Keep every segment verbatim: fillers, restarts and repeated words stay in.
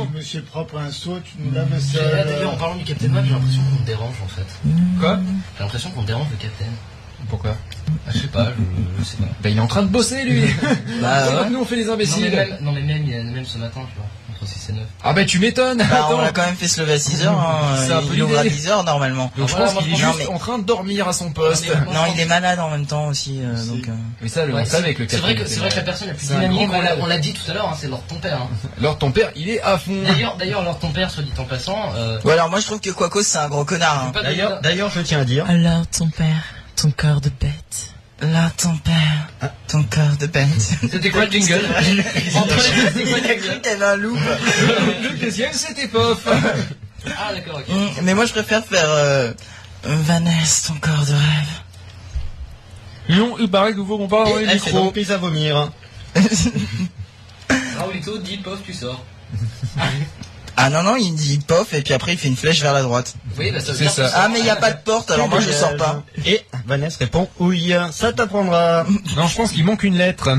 bon. Monsieur propre à un saut, tu nous laves le J'ai- sol. D'ailleurs, en parlant du Captain Web, j'ai l'impression qu'on me dérange en fait. Quoi? J'ai l'impression qu'on dérange le Captain. Pourquoi? Ah, je sais pas, je, je sais pas. Bah il est en train de bosser lui. Bah, C'est ouais. que nous on fait les Non mais, imbéciles. même, non mais même, il y a- même ce matin, tu vois, entre six et neuf. Ah bah tu m'étonnes. Bah, on Attends. a quand même fait se lever à six heures, hein. C'est un peu Il ouvre à l'idée. dix heures normalement. Donc je Voilà, pense qu'il est moi, juste non, mais- en train de dormir à son poste. Non, mais- Non, il est malade en même temps aussi, euh, donc. euh, Mais ça, le- Ouais, on c'est savait avec le c'est vrai, que, Captain c'est vrai que la était personne la plus C'est un dynamique, grand on l'a, malade. on l'a dit tout à l'heure, hein, c'est Lord ton père. Hein. Alors ton père, il est à fond. D'ailleurs, d'ailleurs, Lord ton père, soit dit en passant, euh, Bon, alors moi je trouve que Quacos c'est un gros connard. Hein. pas D'ailleurs, de- d'ailleurs, je tiens à dire. Alors ton père, ton corps de bête. Là ton père, ton corps de bête. C'était quoi le jingle? Entre les deux, c'était quoi le jingle? T'avais un loup. Le deuxième, c'était Pof. Ah d'accord, ok. Hum, Mais moi je préfère faire euh, Vanessa, ton corps de rêve. Non, il paraît qu'il faut qu'on parle dans les Elle s'est micros. donc mise à vomir. Raoulito dit pof, tu sors. Ah non non, il dit pof et puis après il fait une flèche vers la droite. Oui, bah ça veut C'est dire ça. que tu Ah sors. mais il y a pas de porte alors moi je sors pas. Et Vanessa répond oui, ça t'apprendra. Non, je pense qu'il manque une lettre.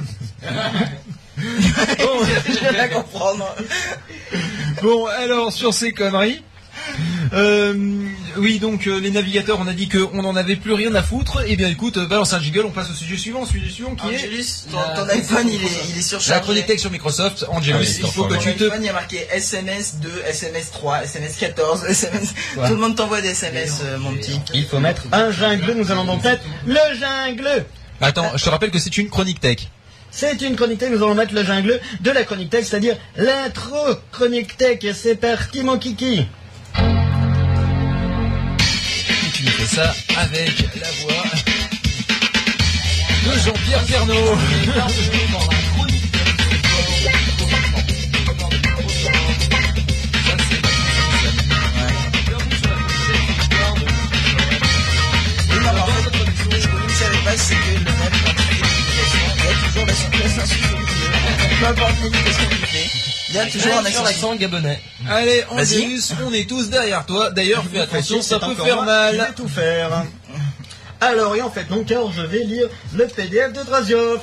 Je vais la comprendre. Bon, alors, sur ces conneries. Euh, oui, donc euh, les navigateurs, on a dit qu'on n'en avait plus rien à foutre. Eh bien, écoute, euh, balance un jingle, on passe au sujet suivant. Sujet suivant qui est Angelus, ton, La- ton iPhone il est, il est la surchargé. chronique tech sur Microsoft. Angelus, Allez, il faut que Ton tu te... iPhone, il y a marqué S M S deux, S M S trois, S M S quatorze, S M S... Ouais. Tout le monde t'envoie des S M S, euh, mon petit. Il faut mettre un jungle, nous allons donc mettre le jungle. Attends, je te rappelle que c'est une chronique tech. C'est une chronique tech, nous allons mettre le jungle de la chronique tech, c'est-à-dire l'intro chronique tech. C'est parti mon kiki. Et tu nous fais ça avec la voix de Jean-Pierre Pernaut. Oui, non, mais en fait, ce que vous ne savez pas, c'est que le même, quand il fait l'éducation, il y a toujours la souplesse insuffisante. Peu importe l'éducation qu'il fait, il y a toujours un Sur accent. l'accent gabonais. Allez, Vas-y. Angelus, on est tous derrière toi. D'ailleurs, fais attention, ça C'est peut encore faire moi qui mal. vais tout faire. Alors, et en fait, donc, alors, je vais lire le P D F de Drazio.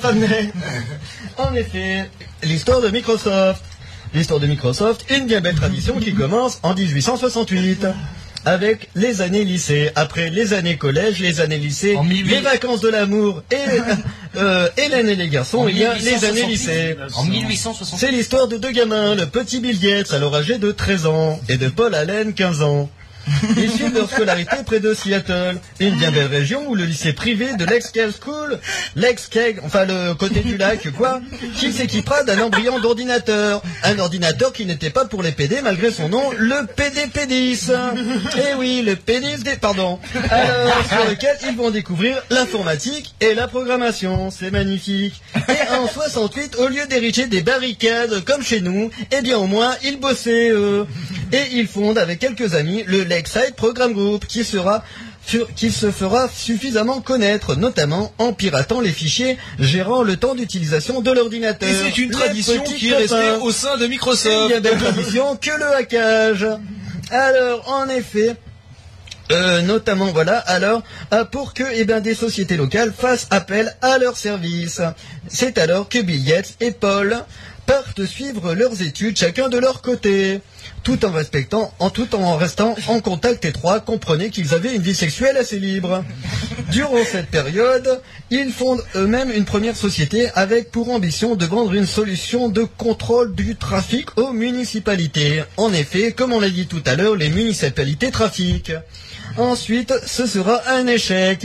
En effet, l'histoire de Microsoft. L'histoire de Microsoft, une bien belle tradition qui commence en dix-huit cent soixante-huit. Avec les années lycée. Après les années collège, les années lycée, En mille huit- les vacances de l'amour et, euh, et l'année des garçons, En il y a mille huit cent les années soixante-huit. lycée. En mille huit cent soixante. C'est l'histoire de deux gamins, le petit Bill Gates, alors âgé de treize ans, et de Paul Allen, quinze ans. Ils suivent leur scolarité près de Seattle, une bien belle région où le lycée privé de l'ex-Cale School, l'ex-Keg, enfin le côté du lac, quoi, qui s'équipera d'un embryon d'ordinateur. Un ordinateur qui n'était pas pour les P D malgré son nom, le P D P dix. Eh oui, le P dix des... Pardon. Alors, sur lequel ils vont découvrir l'informatique et la programmation. C'est magnifique. Et en soixante-huit, au lieu d'ériger des barricades comme chez nous, eh bien au moins, ils bossaient, eux. Et ils fondent avec quelques amis le Lakeside Program Group qui sera qui se fera suffisamment connaître, notamment en piratant les fichiers gérant le temps d'utilisation de l'ordinateur. Et c'est une Les tradition petits qui est restée copains. au sein de C'est une Microsoft. bien belle tradition que le hackage. Alors, en effet, euh, notamment, voilà, alors, euh, pour que eh ben, des sociétés locales fassent appel à leurs services. C'est alors que Bill Gates et Paul partent suivre leurs études chacun de leur côté. Tout en respectant, en tout en restant en contact étroit, comprenez qu'ils avaient une vie sexuelle assez libre. Durant cette période, ils fondent eux-mêmes une première société avec pour ambition de vendre une solution de contrôle du trafic aux municipalités. En effet, comme on l'a dit tout à l'heure, les municipalités trafiquent. Ensuite, ce sera un échec.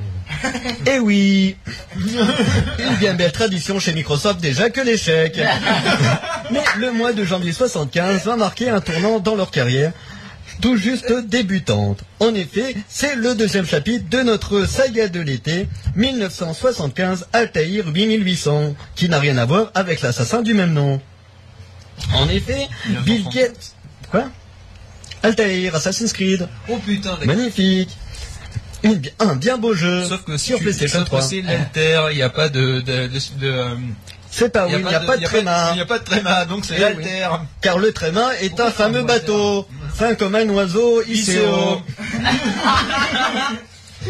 Eh oui, une bien belle tradition chez Microsoft déjà que l'échec. Mais le mois de janvier soixante-quinze va marquer un tournant dans leur carrière, tout juste débutante. En effet, c'est le deuxième chapitre de notre saga de l'été, mille neuf cent soixante-quinze Altair huit mille huit cents, qui n'a rien à voir avec l'assassin du même nom. En effet, Bill Gates... Quoi? Altair, Assassin's Creed. Oh putain, d'accord. Magnifique. Une, un bien beau jeu. Sauf que si sur tu PlayStation trois. c'est l'alter, il n'y a pas de... de, de, de, euh, C'est pas oui, il n'y a pas de tréma. Il n'y a pas de tréma, donc c'est Eh l'alter. oui. Car le tréma est un fameux bateau, fin comme un oiseau hissé haut.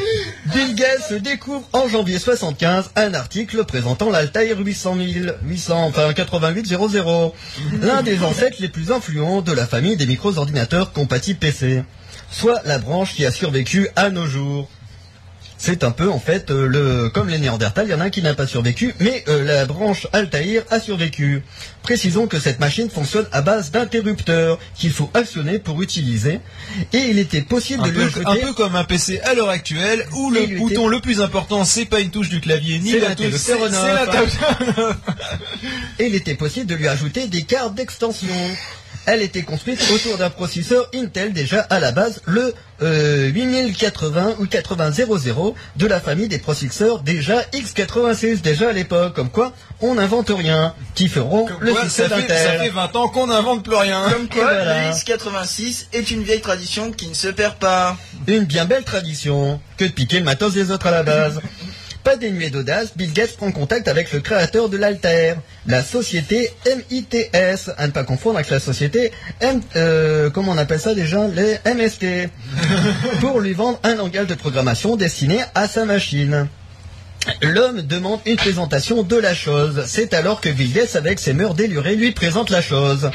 Bill Gates découvre en janvier soixante-quinze un article présentant l'Altair huit cent mille, huit cents, enfin quatre-vingt-huit zéro zéro, l'un des ancêtres les plus influents de la famille des micro-ordinateurs compatibles P C, soit la branche qui a survécu à nos jours. C'est un peu en fait euh, le comme les Néandertals, il y en a un qui n'a pas survécu, mais euh, la branche Altair a survécu. Précisons que cette machine fonctionne à base d'interrupteurs qu'il faut actionner pour utiliser, et il était possible un de peu, lui ajouter... un peu comme un P C à l'heure actuelle, où le il bouton était... le plus important, c'est pas une touche du clavier, ni c'est la touche, c'est l'interrupteur la on-off. Et il était possible de lui ajouter des cartes d'extension. Elle était construite autour d'un processeur Intel déjà à la base, le euh, huit mille quatre-vingts ou quatre-vingts zéro zéro de la famille des processeurs déjà x quatre-vingt-six déjà à l'époque. Comme quoi, on n'invente rien, qui feront Comme le quoi, succès ça fait, ça fait d'Intel. vingt ans qu'on n'invente plus rien. Comme quoi, voilà. le X quatre-vingt-six est une vieille tradition qui ne se perd pas. Une bien belle tradition que de piquer le matos des autres à la base. Pas dénué d'audace, Bill Gates prend contact avec le créateur de l'Altair, la société M I T S, à ne pas confondre avec la société M, euh, comment on appelle ça déjà, les M S T, pour lui vendre un langage de programmation destiné à sa machine. L'homme demande une présentation de la chose. C'est alors que Bill Gates, avec ses mœurs délurées, lui présente la chose.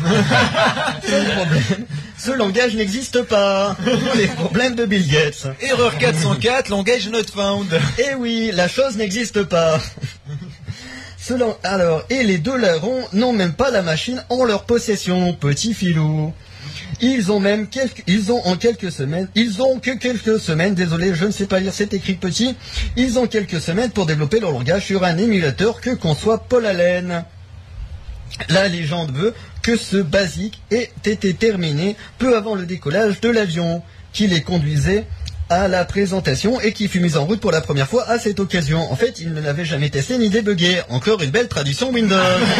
Seul problème, ce langage n'existe pas. Les problèmes de Bill Gates. Erreur quatre cent quatre, langage not found. Eh oui, la chose n'existe pas. Selon, alors, et les deux larrons n'ont même pas la machine en leur possession, petit filou. Ils ont même quelques, ils ont en quelques semaines, ils ont que quelques semaines, désolé, je ne sais pas lire, c'est écrit petit, ils ont quelques semaines pour développer leur langage sur un émulateur que conçoit Paul Allen. La légende veut que ce basique ait été terminé peu avant le décollage de l'avion, qui les conduisait à la présentation et qui fut mis en route pour la première fois à cette occasion. En fait, il ne l'avait jamais testé ni débugué. Encore une belle tradition Windows.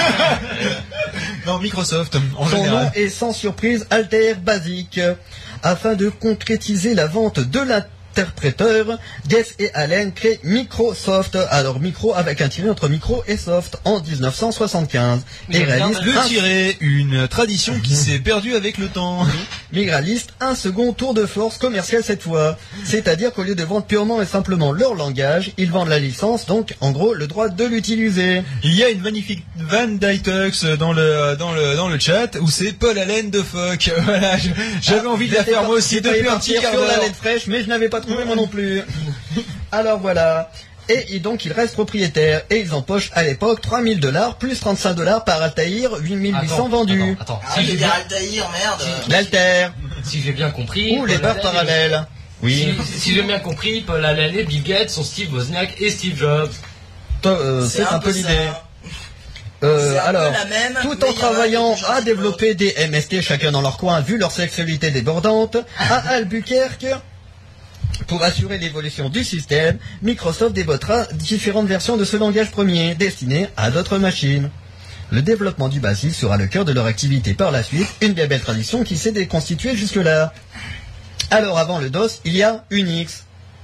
Non, Microsoft, en Son général. nom est sans surprise Altair Basic. Afin de concrétiser la vente de l'interpréteur, Gates et Allen créent Microsoft. Alors micro avec un tiré entre micro et soft en dix-neuf cent soixante-quinze. Et réalise Le un- tirer, une tradition qui s'est perdue avec le temps. mais réalise un second tour de force commercial cette fois. C'est-à-dire qu'au lieu de vendre purement et simplement leur langage, ils vendent la licence, donc en gros le droit de l'utiliser. Il y a une magnifique Van Dytux dans le, dans le, dans le chat où c'est Paul Allen de fuck. Voilà, je- j'avais envie de la J'étais faire par- moi aussi j'étais depuis un petit partir quart sur la d'heure. lettre fraîche, mais je n'avais pas trouvé moi non plus. Alors voilà. Et, et donc ils restent propriétaires et ils empochent à l'époque trois mille dollars plus trente-cinq dollars par Altair, huit mille huit cents Attends, vendus. Attends, attends. Ah, Si je j'ai vais bien, dire Altair, merde. L'Altair si j'ai bien compris. ou les Paul barres Allen parallèles. et- Oui. Si, si j'ai bien compris, Paul Allen et Bill Gates sont Steve Wozniak et Steve Jobs. To- euh, C'est un peu ça. l'idée. Euh, C'est un peu alors, la même, tout mais en il y en a travaillant qui changent à de développer des M S T chacun dans leur coin, vu leur sexualité débordante, à Albuquerque, pour assurer l'évolution du système, Microsoft développera différentes versions de ce langage premier, destiné à d'autres machines. Le développement du BASIC sera le cœur de leur activité par la suite, une bien belle tradition qui s'est déconstituée jusque-là. Alors avant le DOS, il y a Unix.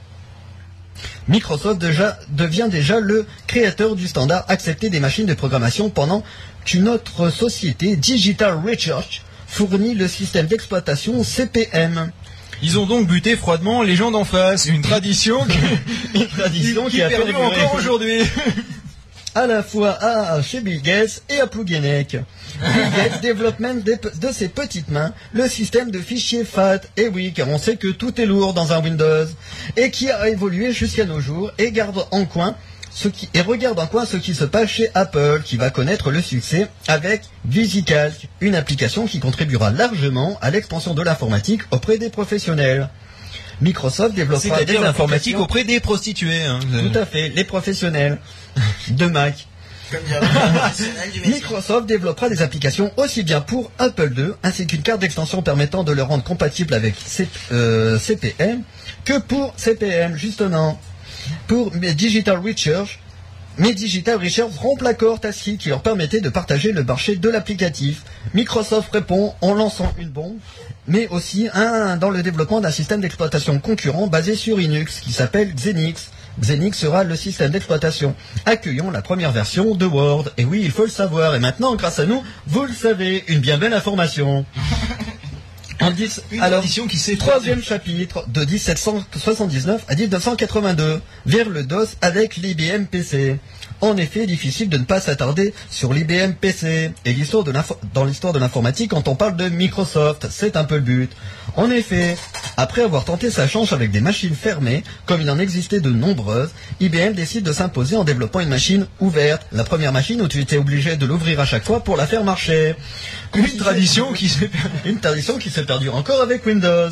Microsoft déjà, devient déjà le créateur du standard accepté des machines de programmation pendant qu'une autre société, Digital Research, fournit le système d'exploitation C P M. Ils ont donc buté froidement les gens d'en face. Une tradition qui, Une tradition qui qui a perdure perduré encore aujourd'hui. à la fois à, chez Bill Gates et à Plouguenec. Bill Gates développe même des pe- de ses petites mains le système de fichiers F A T, et oui, car on sait que tout est lourd dans un Windows, et qui a évolué jusqu'à nos jours, et garde en coin ce qui, et regarde en coin ce qui se passe chez Apple, qui va connaître le succès avec VisiCalc, une application qui contribuera largement à l'expansion de l'informatique auprès des professionnels. Microsoft développera des C'est-à-dire l'informatique applications- auprès des prostituées. Hein. Tout à fait, les professionnels de Mac. Comme dirait le professionnel du métier. Microsoft développera des applications aussi bien pour Apple deux, ainsi qu'une carte d'extension permettant de le rendre compatible avec C- euh, C P M, que pour C P M, justement. Pour Digital Research, mais Digital Research rompt l'accord tacite qui leur permettait de partager le marché de l'applicatif. Microsoft répond en lançant une bombe, mais aussi un, dans le développement d'un système d'exploitation concurrent basé sur Linux, qui s'appelle Xenix. Xenix sera le système d'exploitation accueillant la première version de Word. Et oui, il faut le savoir. Et maintenant, grâce à nous, vous le savez, une bien belle information. En dix, Une alors, tradition qui s'est troisième chapitre de dix-sept cent soixante-dix-neuf à mille neuf cent quatre-vingt-deux, vers le DOS avec l'I B M P C. En effet, difficile de ne pas s'attarder sur l'I B M P C et l'histoire de l'info- dans l'histoire de l'informatique quand on parle de Microsoft, c'est un peu le but. En effet, après avoir tenté sa chance avec des machines fermées, comme il en existait de nombreuses, I B M décide de s'imposer en développant une machine ouverte. La première machine où tu étais obligé de l'ouvrir à chaque fois pour la faire marcher. Une tradition qui s'est Une tradition qui s'est perdue encore avec Windows.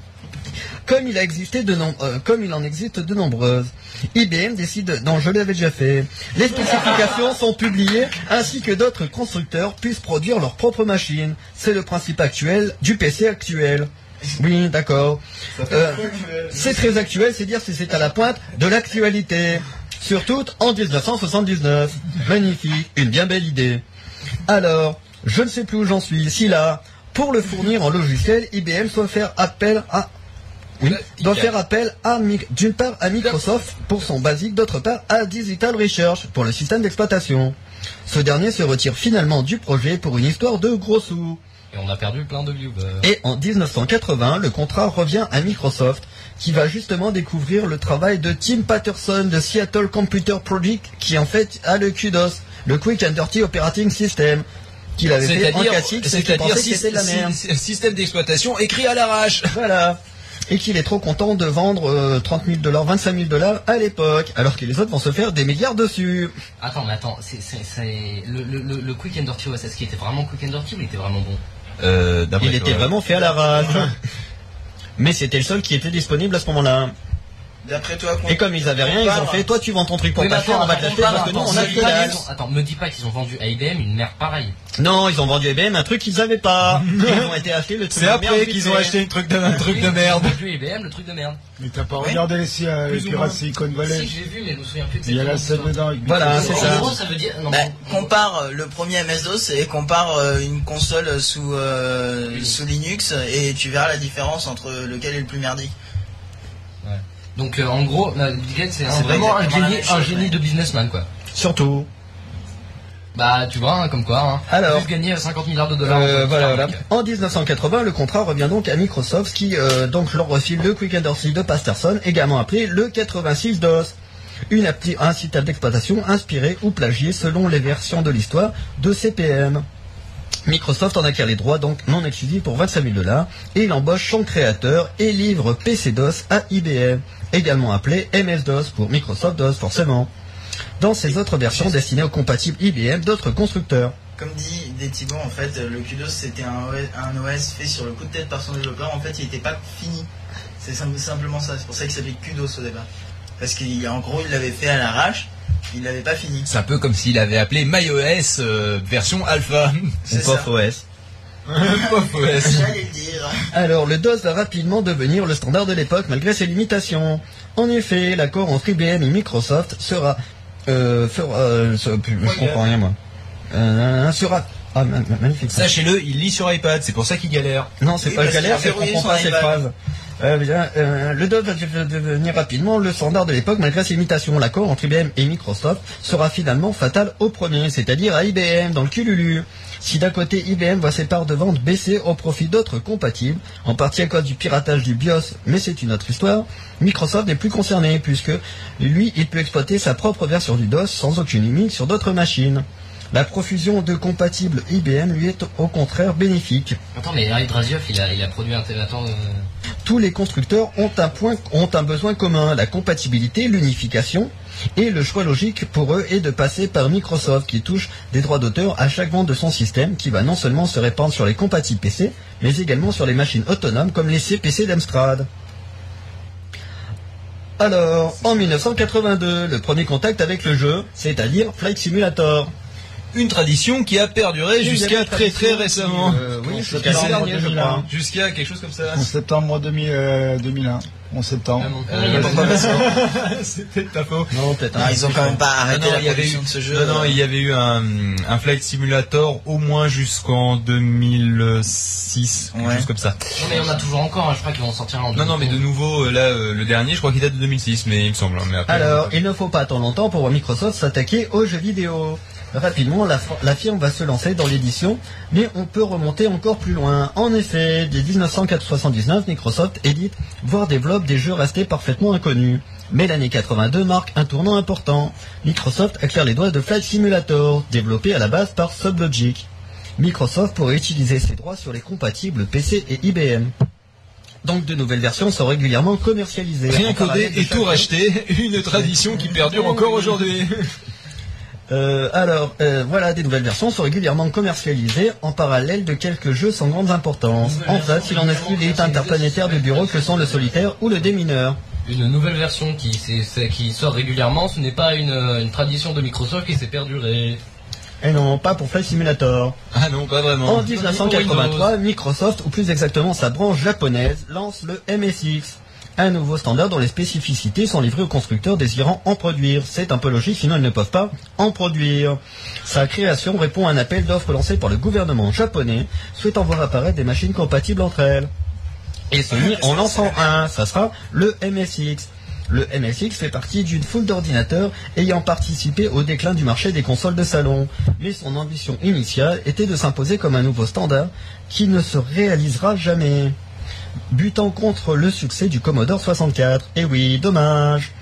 Comme il a existé de nom- euh, comme il en existe de nombreuses. I B M décide, non, je l'avais déjà fait. Les spécifications sont publiées ainsi que d'autres constructeurs puissent produire leurs propres machines. C'est le principe actuel du P C actuel. Oui, d'accord. Euh, c'est très actuel, c'est dire si c'est à la pointe de l'actualité. Surtout en dix-neuf cent soixante-dix-neuf. Magnifique, une bien belle idée. Alors, je ne sais plus où j'en suis. Si là, pour le fournir en logiciel, I B M doit faire appel à Oui, doit faire appel à, d'une part à Microsoft pour son basique, d'autre part à Digital Research pour le système d'exploitation. Ce dernier se retire finalement du projet pour une histoire de gros sous. Et on a perdu plein de viewers. Et en dix-neuf cent quatre-vingts, le contrat revient à Microsoft, qui va justement découvrir le travail de Tim Patterson de Seattle Computer Project, qui en fait a le Q DOS, le Quick and Dirty Operating System, qu'il avait fait en classique, c'est qu'il pensait que c'était de la merde. Système d'exploitation écrit à l'arrache. Voilà. Et qu'il est trop content de vendre euh, trente mille dollars, vingt-cinq mille dollars à l'époque, alors que les autres vont se faire des milliards dessus. Attends, mais attends, c'est, c'est, c'est... Le, le, le Quick and Dirty O S, est-ce qu'il était vraiment Quick and Dirty ou il était vraiment bon? Euh, Il était vraiment fait à l'arrache. Mais c'était le seul qui était disponible à ce moment-là. D'après toi, Et comme ils avaient rien, ils ont fait, toi tu vends ton truc pour Oui, mais pas cher, attends, on va te attends, l'acheter attends, parce que nous on a attends, que dalle. attends, attends, me dis pas qu'ils ont vendu à I B M une merde pareille. Non, ils ont vendu à I B M un truc qu'ils avaient pas. Ils ont été acheter le truc C'est de après merde qu'ils vite ont fait. acheté une truc de, un truc de merde. Ils ont vendu à I B M le truc de merde. Mais t'as pas Oui. regardé si euh, les Plus ou pirates moins. Silicon Si, Valley? j'ai vu, mais je me souviens plus Il y a la exactement. scène dedans avec Voilà, Microsoft. c'est ça. En gros, ça veut dire... Non, Bah, mais- compare le premier M S DOS et compare euh, une console sous, euh, Oui. sous Linux et tu verras la différence entre lequel est le plus merdique. Donc euh, en gros, euh, Bill Gates c'est un- C'est pas vraiment un exactement la génie, même chose, un génie mais- de businessman quoi. Surtout. Bah tu vois, hein, comme quoi. Hein. Alors, Juste gagner cinquante milliards de dollars. Euh, en voilà, voilà. donc, En dix-neuf cent quatre-vingts, le contrat revient donc à Microsoft qui euh, donc leur refile le Quick and Dirty de Patterson, également appelé le quatre-vingt-six DOS. Une appli, un système d'exploitation inspiré ou plagié selon les versions de l'histoire de C P M. Microsoft en acquiert les droits donc non exclusifs pour vingt-cinq mille dollars et il embauche son créateur et livre P C DOS à I B M, également appelé M S DOS pour Microsoft DOS forcément. Dans ces autres versions destinées aux compatibles I B M d'autres constructeurs. Comme dit des Thibault, en fait, le Q DOS c'était un O S, un O S fait sur le coup de tête par son développeur. En fait, il n'était pas fini. C'est sim- simplement ça. C'est pour ça qu'il s'appelait Q DOS au départ. Parce qu'en gros, il l'avait fait à l'arrache. Il l'avait pas fini. C'est un peu comme s'il avait appelé MyOS euh, version alpha. C'est Ou P O F ça. O S. P O F O S. J'allais le dire. Alors, le DOS va rapidement devenir le standard de l'époque malgré ses limitations. En effet, l'accord entre I B M et Microsoft sera... Euh, fera... Euh, ce- je comprends rien, moi. Euh, sera... Ah, ma- ma- magnifique. Sachez-le, il lit sur iPad, c'est pour ça qu'il galère. Non, c'est Oui, pas parce galère, qu'il c'est a que je verrouillé comprends pas son cette iPad. phrase. Euh, bien, euh, le DOS va de- devenir rapidement le standard de l'époque malgré ses limitations. L'accord entre I B M et Microsoft sera finalement fatal au premier, c'est-à-dire à I B M dans le cululu. Si d'un côté I B M voit ses parts de vente baisser au profit d'autres compatibles, en partie à cause du piratage du BIOS, mais c'est une autre histoire, Microsoft n'est plus concerné puisque lui, il peut exploiter sa propre version du DOS sans aucune limite sur d'autres machines. La profusion de compatibles I B M lui est au contraire bénéfique. Attends, mais Hydrasiov il a, il a produit un... Attends, euh... Tous les constructeurs ont un point, ont un besoin commun, la compatibilité, l'unification, et le choix logique pour eux est de passer par Microsoft qui touche des droits d'auteur à chaque vente de son système qui va non seulement se répandre sur les compatibles P C, mais également sur les machines autonomes comme les C P C d'Amstrad. Alors, en mille neuf cent quatre-vingt-deux, le premier contact avec le jeu, c'est-à-dire Flight Simulator. Une tradition qui a perduré Oui, il y jusqu'à avait très une très tradition qui, récemment. euh, oui, En jusqu'à l'an septembre dernier, je deux mille un. crois. Jusqu'à quelque chose comme ça. En septembre deux mille, euh, deux mille un. En septembre. Vraiment. Euh, Il y a pas de- C'était de ta faute. Non, peut-être. Non, un ils ont peu quand même pas Non, arrêté non, la il y avait production eu, de ce jeu. non, non, il y avait eu un, un Flight Simulator au moins jusqu'en deux mille six, quelque Ouais. chose comme ça. Non mais on a toujours encore, hein, je crois qu'ils vont sortir en... Non, non, mais de nouveau, euh, là, euh, le dernier, je crois qu'il date de deux mille six, mais il me semble. hein, Mais après, Alors, euh, il ne faut pas attendre longtemps pour voir Microsoft s'attaquer aux jeux vidéo. Rapidement, la, la firme va se lancer dans l'édition, mais on peut remonter encore plus loin. En effet, dès dix-neuf cent soixante-dix-neuf, Microsoft édite, voire développe des jeux restés parfaitement inconnus. Mais l'année quatre-vingt-deux marque un tournant important. Microsoft éclaire les doigts de Flight Simulator, développé à la base par Sublogic. Microsoft pourrait utiliser ses droits sur les compatibles P C et I B M. Donc de nouvelles versions sont régulièrement commercialisées. Rien codé et tout racheté, une tradition qui perdure encore aujourd'hui. Euh, alors, euh, voilà, des nouvelles versions sont régulièrement commercialisées en parallèle de quelques jeux sans grande importance. En fait, il en exclut les hits interplanétaires de bureau que sont le solitaire ou le démineur. Une nouvelle version qui, c'est, c'est, qui sort régulièrement, ce n'est pas une, une tradition de Microsoft qui s'est perdurée. Et non, pas pour Flight Simulator. Ah non, pas vraiment. En dix-neuf cent quatre-vingt-trois, Microsoft, ou plus exactement sa branche japonaise, lance le M S X. Un nouveau standard dont les spécificités sont livrées aux constructeurs désirant en produire. C'est un peu logique, sinon ils ne peuvent pas en produire. Sa création répond à un appel d'offres lancé par le gouvernement japonais, souhaitant voir apparaître des machines compatibles entre elles. Et Sony en lançant un, ça sera le M S X. Le M S X fait partie d'une foule d'ordinateurs ayant participé au déclin du marché des consoles de salon. Mais son ambition initiale était de s'imposer comme un nouveau standard qui ne se réalisera jamais, butant contre le succès du Commodore soixante-quatre. Et oui, dommage.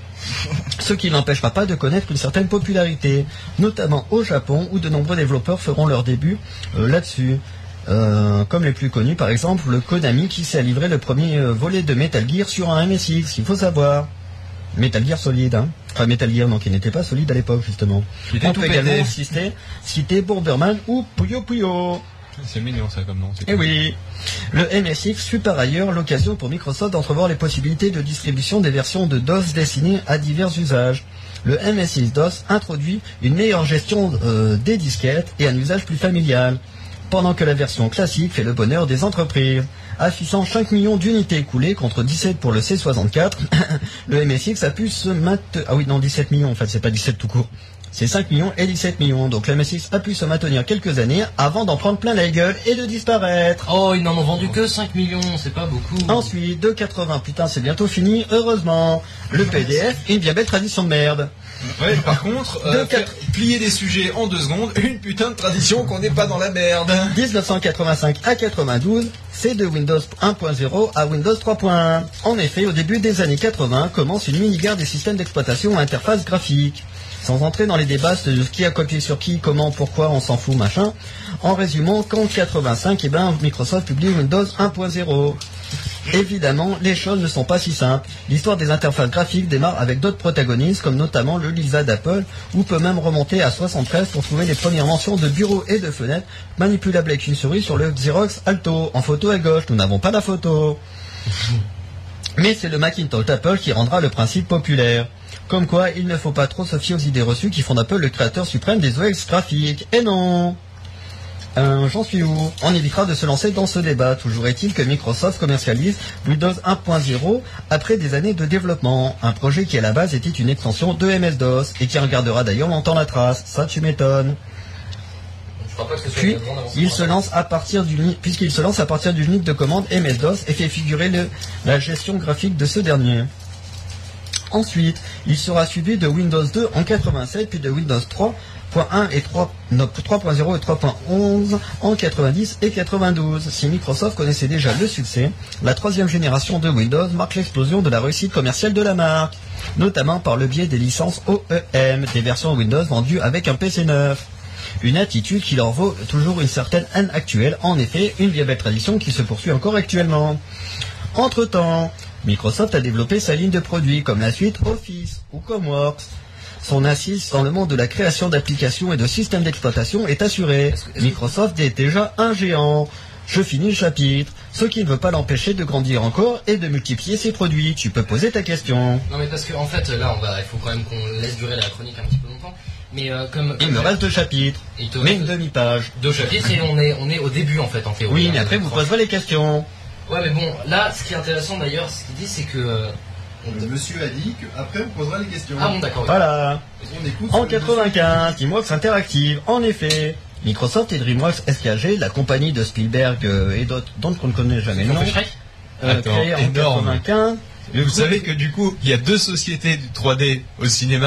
Ce qui n'empêchera pas de connaître une certaine popularité, notamment au Japon où de nombreux développeurs feront leur début euh, là-dessus. Euh, comme les plus connus, par exemple le Konami qui s'est livré le premier euh, volet de Metal Gear sur un M S X, il faut savoir. Metal Gear solide, hein. Enfin Metal Gear, non, qui n'était pas solide à l'époque justement. On peut également citer, citer Bomberman ou Puyo Puyo. C'est mignon ça comme nom. Eh oui. Le M S X fut par ailleurs l'occasion pour Microsoft d'entrevoir les possibilités de distribution des versions de DOS destinées à divers usages. Le M S X DOS introduit une meilleure gestion euh, des disquettes et un usage plus familial, pendant que la version classique fait le bonheur des entreprises. Affichant cinq millions d'unités écoulées contre dix-sept pour le C soixante-quatre, le M S X a pu se maintenir... Ah oui, non, dix-sept millions en fait, c'est pas dix-sept tout court. C'est cinq millions et dix-sept millions, donc le M S X a pu se maintenir quelques années avant d'en prendre plein la gueule et de disparaître. Oh, ils n'en ont vendu que cinq millions, c'est pas beaucoup. Ensuite, deux quatre-vingts, putain, c'est bientôt fini, heureusement. Le P D F, une bien belle tradition de merde. Ouais, par contre, euh, faire plier des sujets en deux secondes, une putain de tradition qu'on n'est pas dans la merde. dix-neuf cent quatre-vingt-cinq à quatre-vingt-douze, c'est de Windows un point zéro à Windows trois point un. En effet, au début des années quatre-vingts, commence une mini-guerre des systèmes d'exploitation à interface graphique. Sans entrer dans les débats de qui a copié sur qui, comment, pourquoi, on s'en fout, machin. En résumant, qu'en quatre-vingt-cinq, eh ben, Microsoft publie Windows un point zéro. Évidemment, les choses ne sont pas si simples. L'histoire des interfaces graphiques démarre avec d'autres protagonistes, comme notamment le Lisa d'Apple, ou peut même remonter à soixante-treize pour trouver les premières mentions de bureaux et de fenêtres manipulables avec une souris sur le Xerox Alto, en photo à gauche. Nous n'avons pas la photo. Mais c'est le Macintosh d'Apple qui rendra le principe populaire. Comme quoi, il ne faut pas trop se fier aux idées reçues qui font d'Apple le créateur suprême des O S graphiques. Et non. Euh, J'en suis où? On évitera de se lancer dans ce débat. Toujours est-il que Microsoft commercialise Windows un point zéro après des années de développement. Un projet qui à la base était une extension de M S DOS et qui en gardera d'ailleurs longtemps la trace. Ça, tu m'étonnes. Puis, il se lance à partir du puisqu'il se lance à partir du unique de commande M S DOS et fait figurer le, la gestion graphique de ce dernier. Ensuite, il sera suivi de Windows deux en quatre-vingt-sept, puis de Windows trois point un et trois point zéro et trois point onze en quatre-vingt-dix et quatre-vingt-douze. Si Microsoft connaissait déjà le succès, la troisième génération de Windows marque l'explosion de la réussite commerciale de la marque, notamment par le biais des licences O E M, des versions Windows vendues avec un P C neuf. Une attitude qui leur vaut toujours une certaine haine actuelle, en effet, une vieille tradition qui se poursuit encore actuellement. Entre-temps, Microsoft a développé sa ligne de produits comme la suite Office ou Comworks. Son assise dans le monde de la création d'applications et de systèmes d'exploitation est assurée. Microsoft est déjà un géant. Je finis le chapitre. Ce qui ne veut pas l'empêcher de grandir encore et de multiplier ses produits. Tu peux poser ta question. Non mais parce qu'en en fait, là, on va, il faut quand même qu'on laisse durer la chronique un petit peu longtemps. Mais euh, comme, il comme me reste deux chapitres, mais une demi-page. Deux chapitres et on est, on est au début en fait en théorie. Oui, mais après vous poserez les questions. Ouais, mais bon, là, ce qui est intéressant d'ailleurs, ce qu'il dit, c'est que... Euh, le monsieur a dit qu'après on posera les questions. Ah bon, d'accord. Voilà. On écoute en quatre-vingt-quinze, DreamWorks Interactive, en effet. Microsoft et DreamWorks S K G, la compagnie de Spielberg euh, et d'autres dont on ne connaît jamais le nom, euh, créée en quatre-vingt-quinze. Vous savez que du coup, il y a deux sociétés du trois D au cinéma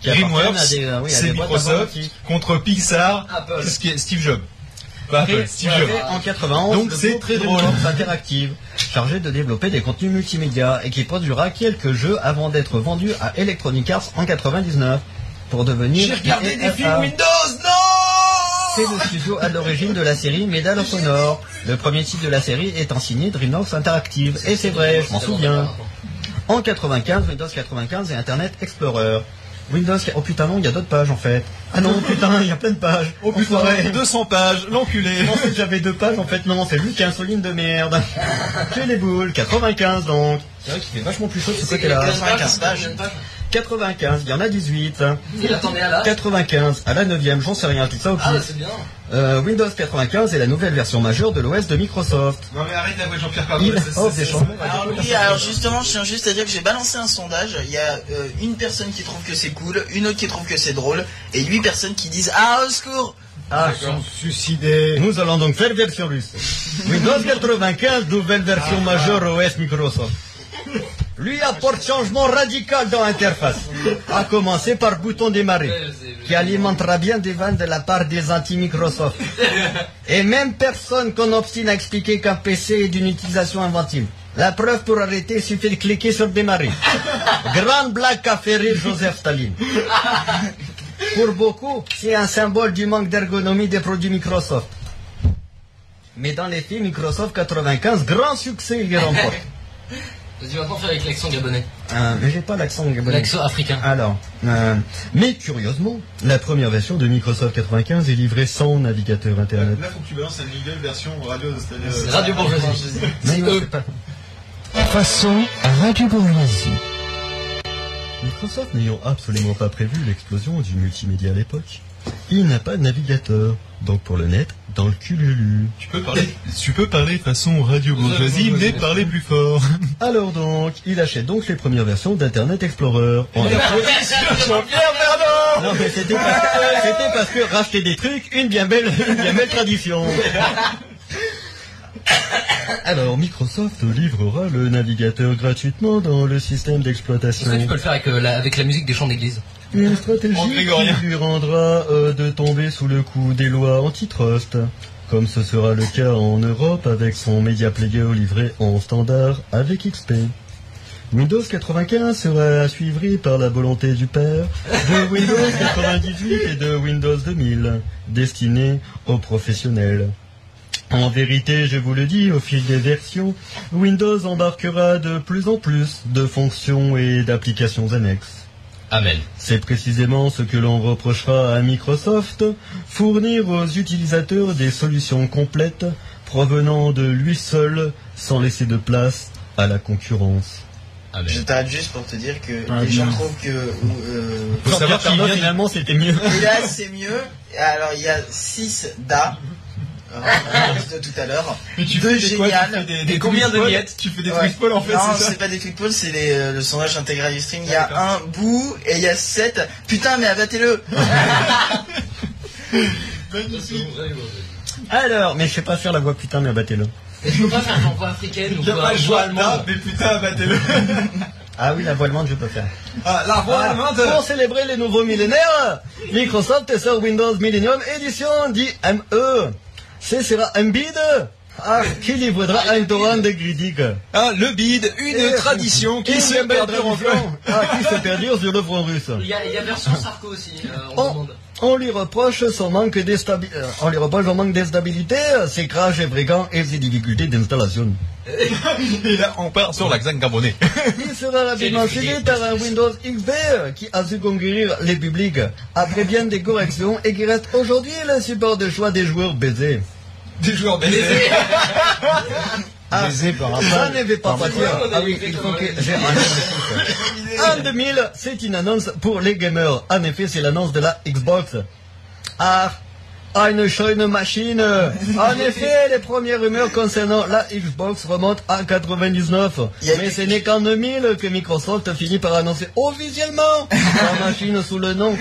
Qui appartiennent DreamWorks, à des, euh, oui, à c'est des boîtes Microsoft informatiques. contre Pixar, Apple. ce qui est Steve Jobs. Pas Apple, Créé Steve créé Jobs. en quatre-vingt-onze, Donc le c'est groupe très drôle. DreamWorks Interactive, chargé de développer des contenus multimédia et qui produira quelques jeux avant d'être vendu à Electronic Arts en quatre-vingt-dix-neuf pour devenir J'ai regardé des I F A. films Windows, non! C'est le studio à l'origine de la série Medal of Honor. Le premier titre de la série étant signé DreamWorks Interactive. Et c'est vrai, je m'en souviens. En quatre-vingt-quinze, Windows quatre-vingt-quinze et Internet Explorer. Windows, oh putain non, il y a d'autres pages en fait. Ah non, putain, il y a plein de pages. Oh putain, Enfoiré. deux cents pages, l'enculé. En fait, j'avais deux pages, en fait, non, c'est lui qui est un souligne de merde. J'ai les boules, quatre-vingt-quinze donc. C'est vrai qu'il fait vachement plus chaud de ce côté-là. quatre-vingt-quinze pages. quatre-vingt-quinze, il y en a dix-huit. Il attendait à la. quatre-vingt-quinze, à la neuvième, j'en sais rien, tout ça au Ah, pif. c'est bien. Euh, Windows quatre-vingt-quinze est la nouvelle version majeure de l'O S de Microsoft. Non mais arrête d'avouer Jean-Pierre Il Pardot. offre des changements. Alors oui, alors justement, je tiens juste à dire que j'ai balancé un sondage. Il y a euh, une personne qui trouve que c'est cool, une autre qui trouve que c'est drôle, et huit personnes qui disent ah au secours. Ah, Suicidé. nous allons donc faire version russe. Windows quatre-vingt-quinze, nouvelle version majeure O S Microsoft. Lui apporte changement radical dans l'interface. À commencer par bouton démarrer, qui alimentera bien des vannes de la part des anti-Microsoft. Et même personne qu'on obstine à expliquer qu'un P C est d'une utilisation inventive. La preuve pour arrêter, il suffit de cliquer sur démarrer. Grande blague qu'a fait rire Joseph Staline. Pour beaucoup, c'est un symbole du manque d'ergonomie des produits Microsoft. Mais dans les faits, Microsoft quatre-vingt-quinze, grand succès, il les remporte. Vas-y, maintenant faire avec l'accent gabonais. Euh, mais j'ai pas l'accent gabonais. L'accent africain. Alors, euh, mais curieusement, la première version de Microsoft quatre-vingt-quinze est livrée sans navigateur internet. Là, faut que tu balances un Eagle version radio C'est euh, Radio Bourgeoisie. Mais C'est non, eux. c'est pas- Façon Radio Bourgeoisie. Microsoft n'ayant absolument pas prévu l'explosion du multimédia à l'époque, il n'a pas de navigateur. Donc pour le net, dans le cululu. Tu peux parler, tu peux parler façon radio bourgeoisie, mais parler plus fort. Alors donc, il achète donc les premières versions d'Internet Explorer. En- Jean-Pierre Pardot. Non mais c'était parce, c'était parce que racheter des trucs, une bien belle, une bien belle tradition. Alors Microsoft livrera le navigateur gratuitement dans le système Est-ce d'exploitation. que tu peux le faire avec, euh, la, avec la musique des chants d'église? Une stratégie En grégorien. qui lui rendra euh, de tomber sous le coup des lois antitrust, comme ce sera le cas en Europe avec son Media Player livré en standard avec X P. Windows quatre-vingt-quinze sera suivi par la volonté du père de Windows quatre-vingt-dix-huit et de Windows deux mille, destiné aux professionnels. En vérité, je vous le dis, au fil des versions, Windows embarquera de plus en plus de fonctions et d'applications annexes. Amen. C'est précisément ce que l'on reprochera à Microsoft, fournir aux utilisateurs des solutions complètes provenant de lui seul, sans laisser de place à la concurrence. Amen. Je t'arrête juste pour te dire que Ah, les gens bien. trouvent que euh, Faut savoir qu'il Pardon, vient de- finalement, c'était mieux. et là c'est mieux. Alors il y a six da. Alors, de tout à l'heure. Mais tu Deux fais des quoi, tu géniales. fais des, des Et combien tweets de Paul miettes? Tu fais des Ouais. tweets Paul en fait, Non, c'est ça? c'est pas des tweets Paul, c'est les, euh, le sondage intégral du stream. Il y a D'accord. un bout et il y a sept. Putain, mais abattez-le. Alors, mais je sais pas faire la voix putain, mais abattez-le. Et tu peux pas faire genre voix africaine ou Il y a voix, pas voix joie allemande? mais putain, battez-le. Ah oui, la voix allemande, je peux faire. Ah, la voix Ah, allemande. pour célébrer les nouveaux millénaires, Microsoft sort Windows Millennium Edition, dit M E. Ce sera un bide. Ah, qui livrera un torrent de critique. Ah, le bide, une Et- tradition qui Une se bien belle perdure en tradition. Ah, qui se perdure sur le front russe. Il y a, il y a version Sarko aussi, euh, on Oh. demande. On lui reproche son manque de stabi- euh, on lui reproche son manque de stabilité, ses crashs fréquents et ses difficultés d'installation. Et là, on part sur l'accent gabonais. Il sera rapidement suivi par un Windows X P qui a su conquérir les publics après bien des corrections et qui reste aujourd'hui le support de choix des joueurs baisés. Des joueurs baisés. Ah, Baisé par un ça pal. ne veut pas Pardon. partir. on a Ah oui, écouté il faut comme que un- j'ai un En deux mille, c'est une annonce pour les gamers. En effet, c'est l'annonce de la Xbox. Ah, une schöne machine. En effet, les premières rumeurs concernant la Xbox remontent à quatre-vingt-dix-neuf. Il y a- Mais ce n'est qu'en deux mille que Microsoft finit par annoncer officiellement la machine sous le nom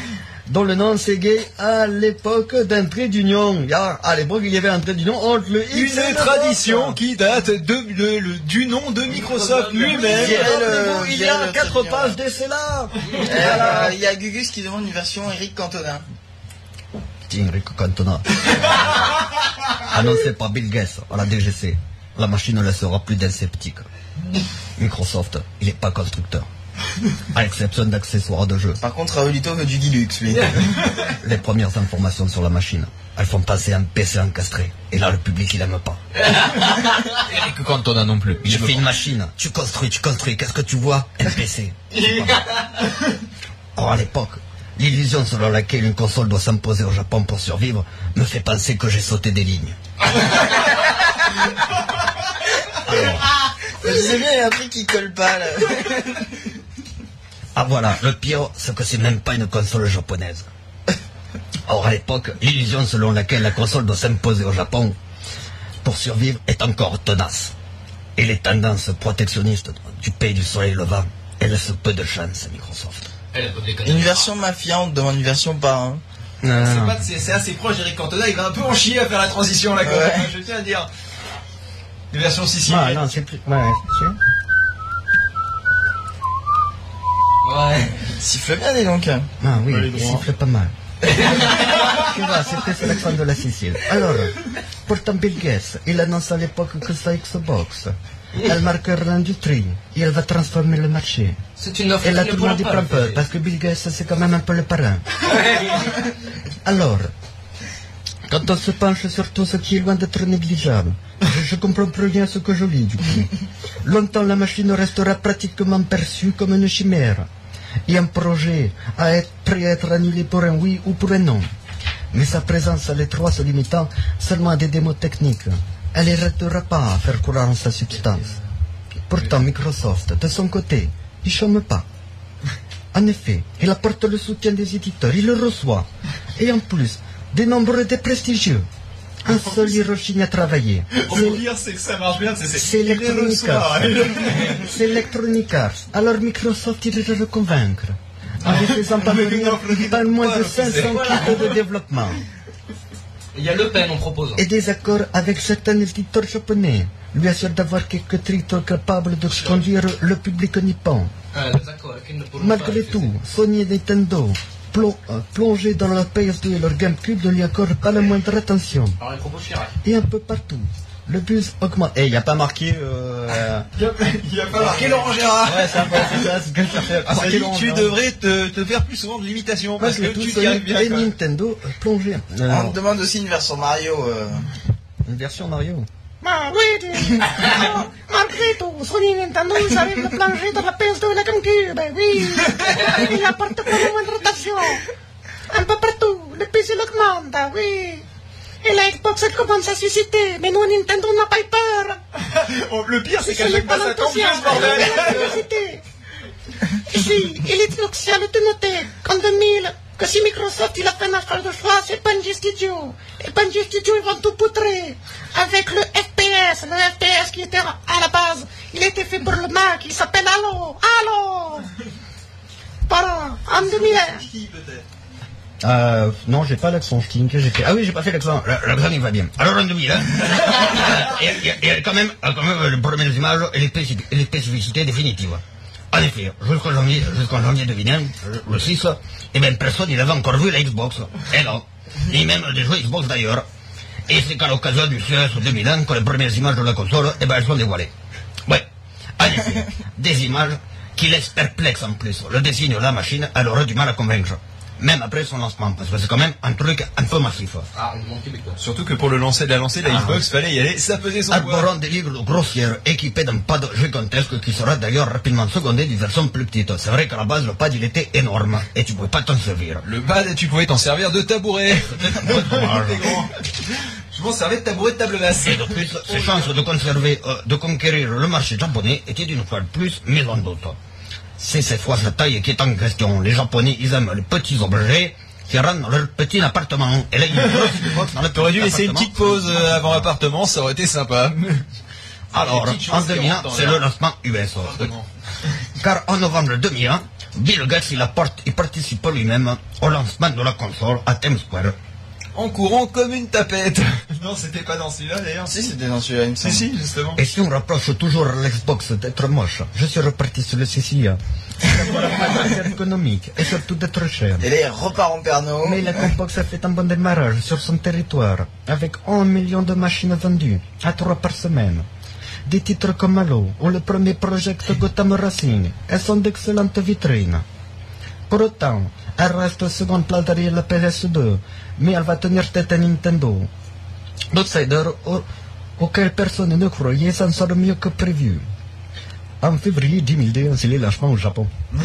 dont le nom s'est gay à l'époque d'un trait d'union. À l'époque, il y avait un trait d'union entre le X Une et le tradition Box. qui date de, le- le- du nom de Microsoft lui-même. Et rappelez-vous, le- il y a le- quatre le- pages d'essai là. Euh, Il y a Gugus qui demande une version Eric Cantona. Tiens, Enrico Cantona. Ah non, c'est pas Bill Gates, à la D G C. La machine ne laissera plus d'inseptique. Microsoft, il n'est pas constructeur. À l'exception d'accessoires de jeu. Par contre, Raulito veut du Gilux, lui. Les premières informations sur la machine, elles font passer un P C encastré. Et là, le public, il aime pas. Eric Cantona non plus. J'ai fait une machine, tu construis, tu construis, qu'est-ce que tu vois? Un P C. Or, à l'époque, l'illusion selon laquelle une console doit s'imposer au Japon pour survivre me fait penser que j'ai sauté des lignes. Alors, Je sais bien, il y a un truc qui colle pas, là. ah voilà, le pire, c'est que c'est même pas une console japonaise. Or, à l'époque, l'illusion selon laquelle la console doit s'imposer au Japon pour survivre est encore tenace. Et les tendances protectionnistes du pays du soleil levant, elles laissent peu de chance à Microsoft. Elle a pas déconné. Une version mafia, on te demande une version par un. Non, C'est non. pas- C'est c'est assez proche d'Eric Cantona, il va un peu en chier à faire la transition là, quand Ouais. même, je tiens à dire. Une version Ah, sicilienne. non, c'est plus... Ouais, c'est sûr. Ouais. Siffle bien, dis donc. Ah oui, Allez, il droit. siffle pas mal. Tu vois, c'était c'est l'accent de la Sicile. Alors, pourtant Bill Gates, il annonce à l'époque que sa Xbox, elle marquera l'industrie et elle va transformer le marché. C'est une offre Et là, qui tout ne le monde y pourra prend pas peur, refuser. parce que Bill Gates, c'est quand même un peu le parrain. Alors, quand on se penche sur tout ce qui est loin d'être négligeable, je, je comprends plus rien à ce que je lis, du coup. Longtemps, la machine restera pratiquement perçue comme une chimère, et un projet à être prêt à être annulé pour un oui ou pour un non. Mais sa présence à l'étroit se limitant seulement à des démos techniques, elle n'arrêtera pas à faire courir en sa substance. Pourtant, Microsoft, de son côté, il chôme pas. En effet, il apporte le soutien des éditeurs, il le reçoit. Et en plus, des nombres de prestigieux. Un seul Hiroshima à travailler. Pour vous dire, c'est que ça marche bien, c'est C'est Electronic Arts. C'est Electronic Arts. Alors Microsoft, il va le convaincre. En lui faisant parvenir pas moins de cinq cents kits de développement. Il y a Le Pen, on propose. Et des accords avec certains éditeurs japonais. Lui assure d'avoir quelques titres capables de conduire le public nippon. Euh, des accords qui ne pourront Malgré pas tout, refuser. Sony et Nintendo, plon- euh, plongés dans leur P S deux et leur GameCube, ne lui accordent pas la moindre attention. Alors, il propose Chirac. Et un peu partout, le buzz augmente. Et il n'y a pas marqué... Euh... Il a pas marqué Laurent Gérard. Ouais, c'est un peu c'est ça, c'est ce que ça fait. Ah, ça Marqué dit, Laurent tu Gérard. devrais te, te faire plus souvent de l'imitation parce que Malgré tout, tu y Sony arrives bien. et quoi. Nintendo euh, plongés. On Alors, te demande aussi une version Mario. euh. une version Mario. Ma oui, malgré tout, Sony et Nintendo, ils arrivent à plonger dans la P S deux et la GameCube, ben oui. Ils apportent pas de moindre rotation. Un peu partout, le P C l'augmente, oui. Et la Xbox, elle commence à susciter, mais nous, Nintendo, n'a pas eu peur. Oh, le pire, c'est qu'à Ce n'est chaque pas fois ça tombe bien ce l'enthousiasme, bordel. c'est la curiosité. Ici, il est crucial de noter qu'en deux mille, que si Microsoft il a fait un affaire de choix, c'est Bungie Studio. Et Bungie Studio, ils vont tout poutrer. Avec le F P S, le F P S qui était à la base, il était fait pour le Mac, il s'appelle Halo. Halo. Voilà, en deux mille un. Euh, non, j'ai pas l'accent Sting, j'ai fait... Ah oui, j'ai pas fait l'accent, l'accent il va bien. Alors en deux mille, hein, il y a- il y a- il y a quand même, euh, quand même, les premières images et les, spécif- et les spécificités définitives. En effet, jusqu'en janvier, jusqu'en janvier deux mille un, le six, eh bien personne il avait encore vu la Xbox. Et non, ni même des jeux Xbox d'ailleurs. Et c'est qu'à l'occasion du C E S deux mille un que les premières images de la console, eh ben elles sont dévoilées. Ouais, en effet, des images qui laissent perplexe en plus. Le dessin de la machine, elle aurait du mal à convaincre. Même après son lancement, parce que c'est quand même un truc un peu massif. Ah, on demande québécois. Surtout que pour le lancer de la lancée de la Ah. Xbox, fallait y aller, ça faisait son poids. Arborant des livres grossières, équipés d'un pad gigantesque qui sera d'ailleurs rapidement secondé d'une version plus petite. C'est vrai qu'à la base, le pad, il était énorme, et tu pouvais pas t'en servir. Le pad, tu pouvais t'en servir de tabouret. T'es grand. Je m'en servais de tabouret de table basse. Et de plus, ses chances de conserver, euh, de conquérir le marché japonais étaient d'une fois de plus mises en doute. C'est cette fois sa taille qui est en question. Les Japonais, ils aiment les petits objets qui rentrent dans leur petit appartement. Et là, il y a une grosse box dans le T'aurais dû petit laisser une appartement. petite pause euh, avant l'appartement, ça aurait été sympa. Alors, Des petites en choses qui deux mille un, rentrent dans c'est l'air. le lancement U S. Appartement. Car en novembre deux mille un, Bill Gates, il, apporte, il participe lui-même au lancement de la console à Times Square. En courant comme une tapette. Non, c'était pas dans celui-là d'ailleurs. Si, c'était dans celui-là, il me Si, semble. si, justement. Et si on rapproche toujours l'Xbox d'être moche, je suis reparti sur le Sicilia. C'est pour la matière économique et surtout d'être cher. Et là, il repart en Pernod. Mais la Xbox a fait un bon démarrage sur son territoire, avec un million de machines vendues, à trois par semaine. Des titres comme Halo ou le premier Project Gotham Racing, elles sont d'excellentes vitrines. Pour autant, elle reste au second place derrière la P S deux, mais elle va tenir tête à Nintendo. L'outsider, au- auquel personne ne croyait, s'en sort mieux que prévu. En février deux mille deux, c'est les lâchements au Japon.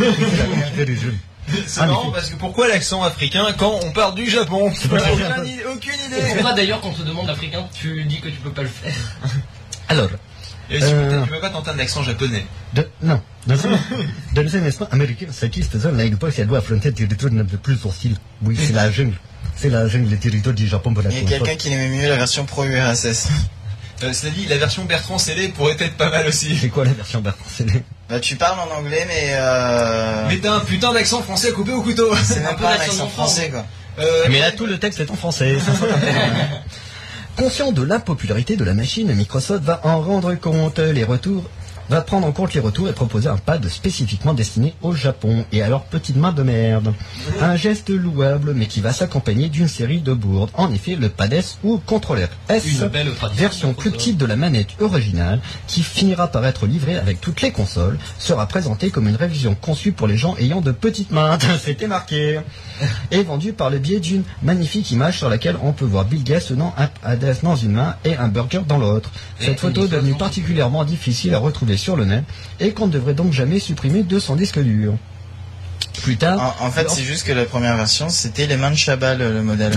C'est Ah, marrant mais- parce que pourquoi l'accent africain quand on parle du Japon? pas Aucune grave. i- Aucune Et idée. pourquoi d'ailleurs quand on te demande l'africain, tu dis que tu peux pas le faire? Alors, Et si Euh. peut-être tu peux pas tenter un accent japonais. de, non, dans un, dans un instant américain, satisfaisant, la Xbox, elle doit affronter un territoire un peu plus hostile. Oui, c'est la jungle. C'est la jungle, le territoire du Japon pour la Il y a console. quelqu'un qui aimait mieux la version Pro U R S S. Euh, cela dit, la version Bertrand Scellé pourrait être pas mal aussi. C'est quoi la version Bertrand Scellé? Bah, tu parles en anglais, mais euh... Mais t'as un putain d'accent français à couper au couteau. c'est un même peu pas un l'accent accent d'enfant. français, quoi. Euh, Mais là, tout le texte est en français. ça s'entend pas. Conscient de l'impopularité de la machine, Microsoft va en rendre compte. Les retours va prendre en compte les retours et proposer un pad spécifiquement destiné au Japon et à leurs petites mains de merde. Un geste louable, mais qui va s'accompagner d'une série de bourdes. En effet, le pad S ou contrôleur S, Une belle tradition. version plus petite de la manette originale, qui finira par être livrée avec toutes les consoles, sera présentée comme une révision conçue pour les gens ayant de petites mains. C'était marqué. Et vendue par le biais d'une magnifique image sur laquelle on peut voir Bill Gates tenant un pad S dans une main et un burger dans l'autre. Cette Et photo est une devenue photo. particulièrement difficile à retrouver sur le net et qu'on ne devrait donc jamais supprimer de son disque dur. Plus tard, En, en fait, c'est juste que la première version, c'était les mains de Chabat, le, le modèle.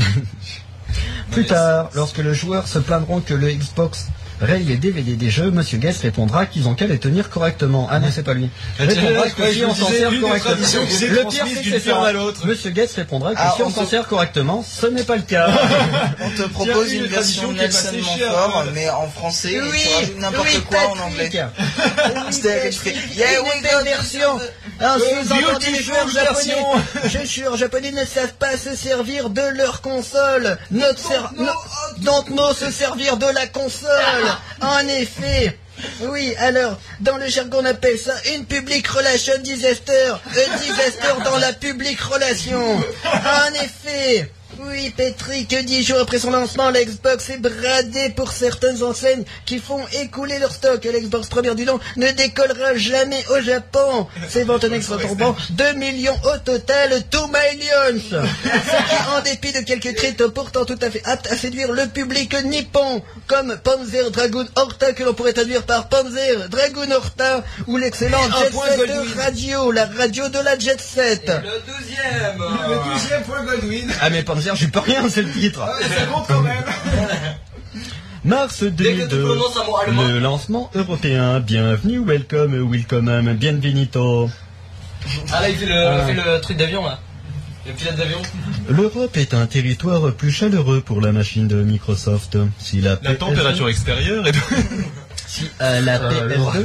Plus tard, lorsque les joueurs se plaindront que le Xbox raye les D V D des jeux, Monsieur Gates répondra qu'ils ont qu'à les tenir correctement. Ah non, c'est pas lui. Répondra je que croyais si que on je s'en disais sert une des correctement. traditions qui s'est Le pire, transmise c'est d'une que c'est ferme ça. à l'autre. Monsieur Gates répondra que Ah, si on on s'en se- sert correctement, ce n'est pas le cas. On te propose Tiens, une une tradition version qui est Nelson passée chez Montfort, Apple. mais en français, et Oui, tu rajoutes n'importe oui, quoi en Patrick. anglais. Oui, C'était Patrick, écrit, une yeah, we nouvelle got version. Un Euh, sous-entendu, les beautiful joueurs japonais. version. Je suis sûr, japonais ne savent pas se servir de leur console. Notre ser- no- donc nous se servir de la console. En effet. Oui, alors, dans le jargon, on appelle ça une public relation disaster. Un disaster dans la public relation. En effet. Oui, Patrick, dix jours après son lancement, la Xbox est bradée pour certaines enseignes qui font écouler leur stock. Et l'Xbox première du nom ne décollera jamais au Japon. C'est ventes en extra tombant deux millions au total, two millions. Ce qui, en dépit de quelques cryptes pourtant tout à fait aptes à séduire le public nippon, comme Panzer Dragoon Horta, que l'on pourrait traduire par Panzer Dragoon Horta, ou l'excellent Et un Jet point Set Goldwyn. Radio, la radio de la Jet Set. Le deuxième. Le douzième point Goldwyn. Ah mais Panzer, j'y peux rien, c'est le titre. Ah, ça compte quand même. Mars Dès deux que mille tu deux, prononces un mot allemand. le lancement européen. Bienvenue, welcome, welcome, bienvenido. Ah là, il fait le, Ah. il fait le truc d'avion là. Le pilote d'avion. L'Europe est un territoire plus chaleureux pour la machine de Microsoft. Si la, La P S deux température extérieure est... Si euh, la Euh, P S deux,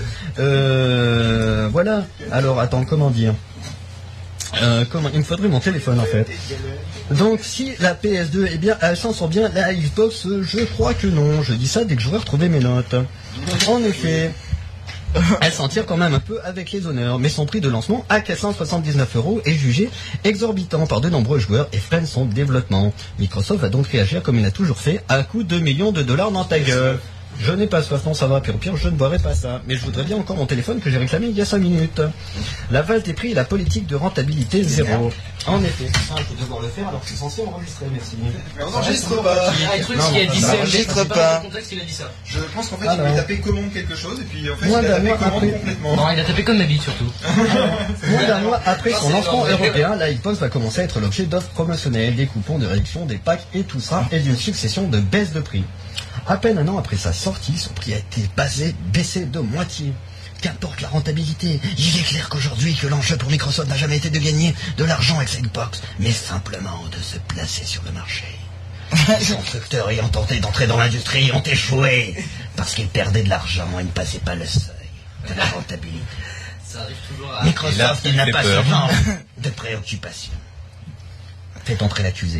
euh, voilà. Alors attends, comment dire euh, comment, il me faudrait mon téléphone en fait. Donc si la P S deux, eh bien, elle s'en sort bien. La Xbox, euh, je crois que non. Je dis ça dès que j'aurai retrouvé mes notes. En effet, elle s'en tire quand même un peu avec les honneurs, mais son prix de lancement à quatre cent soixante-dix-neuf euros est jugé exorbitant par de nombreux joueurs et freine son développement. Microsoft va donc réagir comme il a toujours fait, à coût de millions de dollars dans ta gueule. Je n'ai pas soif, non, ça va, pire au pire, je ne boirai pas ça. Mais je voudrais bien encore mon téléphone que j'ai réclamé il y a cinq minutes. La vase des prix et la politique de rentabilité zéro. En effet. Ah, je vais devoir le faire alors que c'est censé enregistrer, merci. On n'enregistre pas. Il y a un truc Non, qui a non, dit ça ça. enregistre je sais pas. dans quel contexte il a dit ça. Je pense qu'en fait, Alors. il voulait taper commande quelque chose et puis en fait, Moi, il a d'un tapé mois commande après. complètement. Non, il a tapé comme ma bite surtout. Moins d'un mois après Ça, son c'est lancement énorme. européen, la Xbox va commencer à être l'objet d'offres promotionnelles, des coupons de réduction, des packs et tout ça, et d'une succession de baisses de prix. À peine un an après sa sortie, son prix a été basé, baissé de moitié. Qu'importe la rentabilité, il est clair qu'aujourd'hui que l'enjeu pour Microsoft n'a jamais été de gagner de l'argent avec sa Xbox, mais simplement de se placer sur le marché. Les constructeurs ayant tenté d'entrer dans l'industrie ont échoué, parce qu'ils perdaient de l'argent et ne passaient pas le seuil de la rentabilité. Ça arrive toujours à... Microsoft Et là, n'a il pas fait ce peur. genre de préoccupation. Faites entrer l'accusé.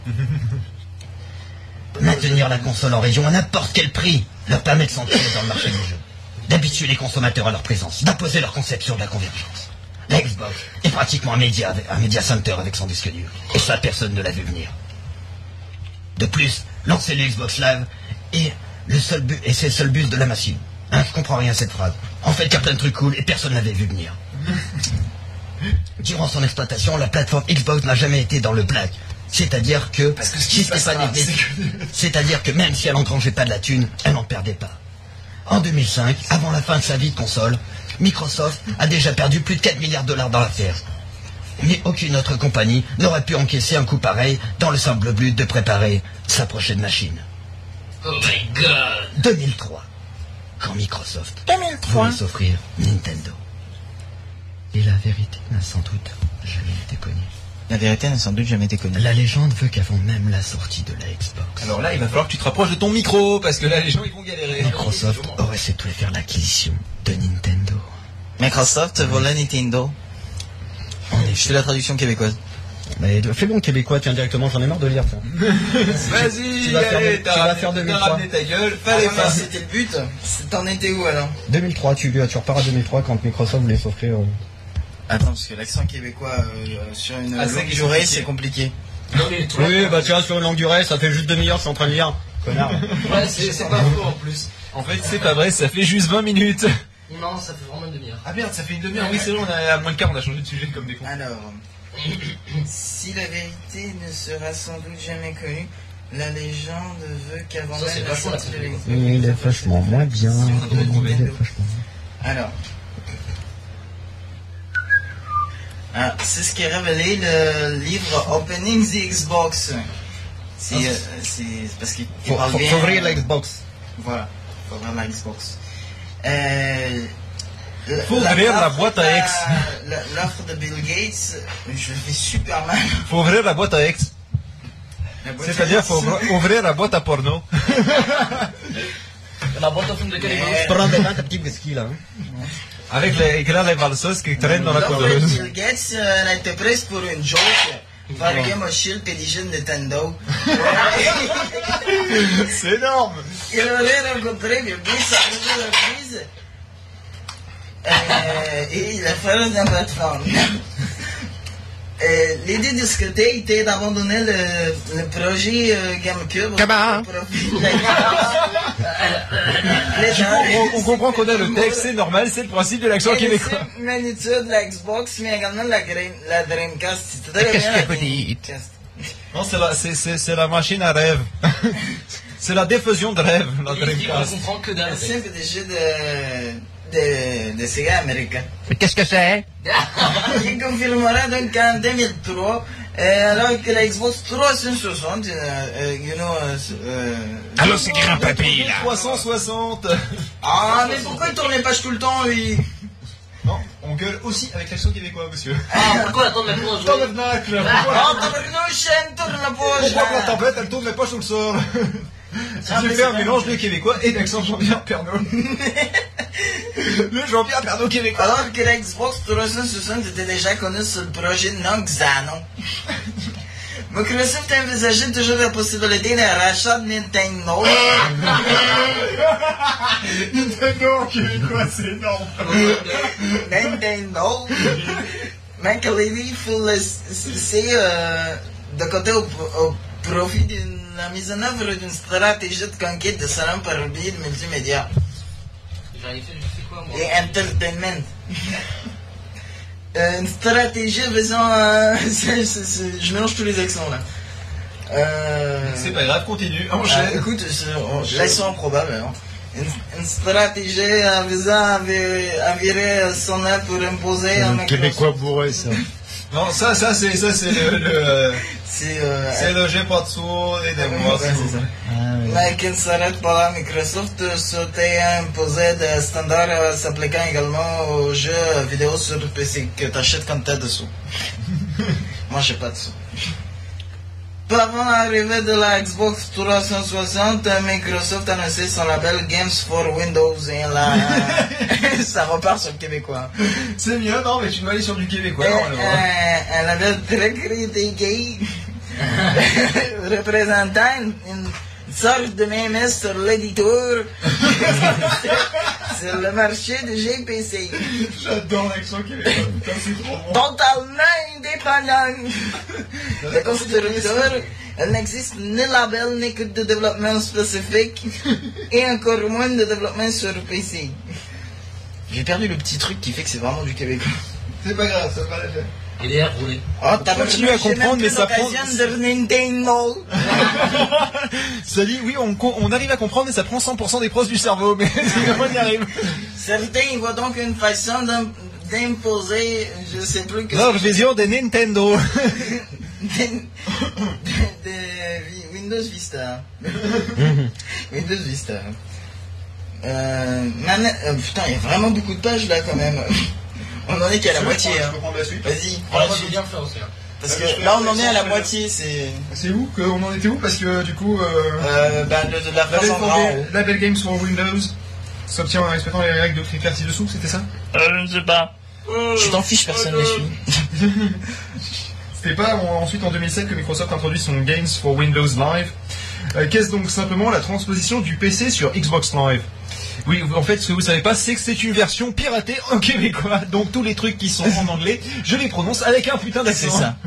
Maintenir la console en région à n'importe quel prix leur permet de s'entrer dans le marché du jeu, d'habituer les consommateurs à leur présence, d'imposer leur conception de la convergence. La Xbox est pratiquement un média, avec- un média center avec son disque dur, et ça personne ne l'a vu venir. De plus, lancer le Xbox Live est le seul but, et c'est le seul but de la machine. Hein, je comprends rien à cette phrase. En fait, il y a plein de trucs cool et personne n'avait vu venir. Durant son exploitation, la plateforme Xbox n'a jamais été dans le black. C'est-à-dire que, Parce que ce qui si se passe Stéphane là, était- c'est que- c'est-à-dire que même si elle engrangeait pas de la thune, elle n'en perdait pas. En deux mille cinq, avant la fin de sa vie de console, Microsoft a déjà perdu plus de quatre milliards de dollars dans l'affaire. Mais aucune autre compagnie n'aurait pu encaisser un coup pareil dans le simple but de préparer sa prochaine machine. Oh my god. deux mille trois, quand Microsoft deux mille trois. voulait s'offrir Nintendo. Et la vérité n'a sans doute jamais été connue. La vérité n'a sans doute jamais été connue. La légende veut qu'avant même la sortie de la Xbox, Alors là, il va falloir que tu te rapproches de ton micro, parce que là, les gens, ils vont galérer. Microsoft aurait souhaité faire l'acquisition de Nintendo. Microsoft volait Nintendo. En Je effet. fais la traduction québécoise. Mais fais bon québécois, tiens directement, j'en ai marre de lire ça. Vas-y, Tu vas faire allez, de- t'as tu vas ramené- faire deux mille t'as trois. ramené ta gueule, Ah fallait non, pas. mais c'était le but. C'est- T'en étais où alors deux mille trois, tu, tu repars à deux mille trois quand Microsoft voulait s'offrir... euh, Attends, parce que l'accent québécois euh, sur une Ah, c'est longue qui est durée, compliqué. c'est compliqué. Non, mais toi, Oui, bah tiens, sur une longue durée, ça fait juste demi-heure, je suis en train de lire. Connard. Ouais, c'est c'est pas faux en plus. En fait, c'est pas vrai, ça fait juste vingt minutes. Non, ça fait vraiment une demi-heure. Ah merde, ça fait une demi-heure. Oui, c'est vrai, on a à moins de quart, on a changé de sujet comme des cons. Alors, si la vérité ne sera sans doute jamais connue, la légende veut qu'avant Ça, c'est même la vachement la sortie de traduction. l'Xbox, Il est vachement moins bien. Il est Nintendo. vachement Alors, ah, c'est ce qui est révélé le livre Opening the Xbox. C'est euh, c'est parce qu'il il Faut, parle faut, bien. faut ouvrir la Xbox. Voilà, faut ouvrir la Xbox. Euh, la- Faut ouvrir la l'offre boîte à de- ex. la- L'offre de Bill Gates, je le fais super mal. Faut ouvrir la boîte à ex. La boîte à C'est-à-dire, ex. faut ouvrir- ouvrir la boîte à porno. La boîte au fond de quel Mais- Prends des mains ta petite whisky là. hein. Avec les, écrire les valseuses qui traînent dans la L'offre de coureuse. Bill Gates, euh, elle était prise pour une joke. Par le Game of Shield Edition Nintendo. C'est énorme. Il aurait rencontré Bill Gates à plusieurs reprises. Euh, et il a fait une plateforme. Euh, L'idée de ce côté était d'abandonner le, le projet euh, GameCube. Comment? au profit de la- Les gens- On, on comprend qu'on a le texte, c'est normal, c'est le principe de l'accent Et québécois. la magnitude de la Xbox, mais également de la, Dream- la Dreamcast. C'était très bien la Dreamcast. Non, c'est la, c'est, c'est, c'est la machine à rêve. C'est la diffusion de rêve, la Il dit qu'on Dreamcast. comprend que dalle. Un en fait. simple des jeux de, de, de Sega américain. Mais qu'est-ce que c'est? Il confirmera donc qu'en deux mille trois, euh, alors que la Xbox trois cent soixante, euh, euh, you know, euh, euh, Allô, c'est grand papy là. trois cent soixante. Ah, mais pourquoi il tourne les pages tout le temps, lui? Non, on gueule aussi avec l'accent québécois, monsieur. Ah, pourquoi attendre la cour Tabernacle. Oh, tabarnouche, elle tourne la poche. Pourquoi que la tablette, elle tourne mais pas sur le sol? Ah, J'ai mais fait un c'est mélange de québécois et d'accent Jean-Pierre Pernaut. Le Jean-Pierre Pernaut québécois. Alors que la Xbox trois cent soixante était déjà connue sur le projet Noxano. Microsoft envisageait toujours la possibilité d'un rachat de Nintendo. Nintendo québécois, c'est énorme. Nintendo. Mike Levy faut laisser euh, de côté au, au profit de la mise en œuvre d'une stratégie de conquête de salon par le biais de multimédia J'avais fait, je sais quoi, moi. et entertainment. Euh, une stratégie faisant... Euh, c'est- c'est- c'est- je mélange tous les accents là. Euh, C'est pas grave, continue. Ah, Enchaîne. écoute, c'est- on- là ils sont improbables. Hein. Une, une stratégie euh, visant à, vi- à virer son œuvre pour imposer un Un Québécois bourré, ça. Non, ça, ça, c'est, ça, c'est le, le C'est euh, c'est le j'ai pas de sous et des mois. Ouais, c'est ça. Mais qu'il ne s'arrête pas là, Microsoft souhaitait imposer des standards euh, s'appliquant également aux jeux vidéo sur P C que tu achètes quand tu as dessous. Moi j'ai pas de sous. Peu avant l'arrivée de la Xbox trois cent soixante, Microsoft a annoncé son label Games for Windows et là, ça repart sur le québécois. C'est mieux, non, mais tu dois aller sur du québécois. Et, Non, alors. euh, un label très critiqué, représentant une, une sorte de mémesse sur l'éditeur, sur le marché du G P C. J'adore l'accent québécois, putain, c'est trop bon. Totalement indépendant. Le constructeur, il n'existe ni label ni kit de développement spécifique, et encore moins de développement sur P C. J'ai perdu le petit truc qui fait que c'est vraiment du québécois. C'est pas grave, ça va la faire. Et les airs roulés. Oh, t'as Continue à comprendre, mais ça prend- de Nintendo. Ça dit, oui, on, co- on arrive à comprendre, mais ça prend cent pour cent des pros du cerveau, mais on y arrive. Certains y voient donc une façon d'im- d'imposer, je sais plus que... Leur vision de Nintendo. de, de- de Windows Vista. Windows Vista. Euh, manette- euh, putain, il y a vraiment beaucoup de pages là quand même. On en est qu'à la moitié. Je Hein. peux prendre la suite. Vas-y, prends Alors la moi je suite. vais bien le faire aussi. hein. Parce Ouais, je que fais là on la en est à la section, moitié, c'est... C'est où qu'on en était où? Parce que du coup, euh, Euh, ben de, de la phrase label, en for grand. Ga- label Games for Windows s'obtient en respectant les règles de critères ci-dessous, c'était ça? Euh, je ne sais pas. Tu t'en fiches, personne ne suit. C'était pas en- ensuite en deux mille sept que Microsoft introduit son Games for Windows Live. Euh, Qu'est-ce donc simplement la transposition du P C sur Xbox Live? Oui, en fait, ce que vous savez pas, c'est que c'est une version piratée en québécois. Donc tous les trucs qui sont en anglais, je les prononce avec un putain d'accent. C'est ça.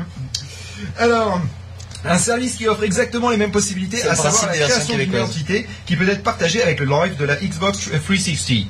Alors, un service qui offre exactement les mêmes possibilités, C'est à le savoir principe la des versions création d'une québécoises. identité qui peut être partagée avec le live de la Xbox trois cent soixante.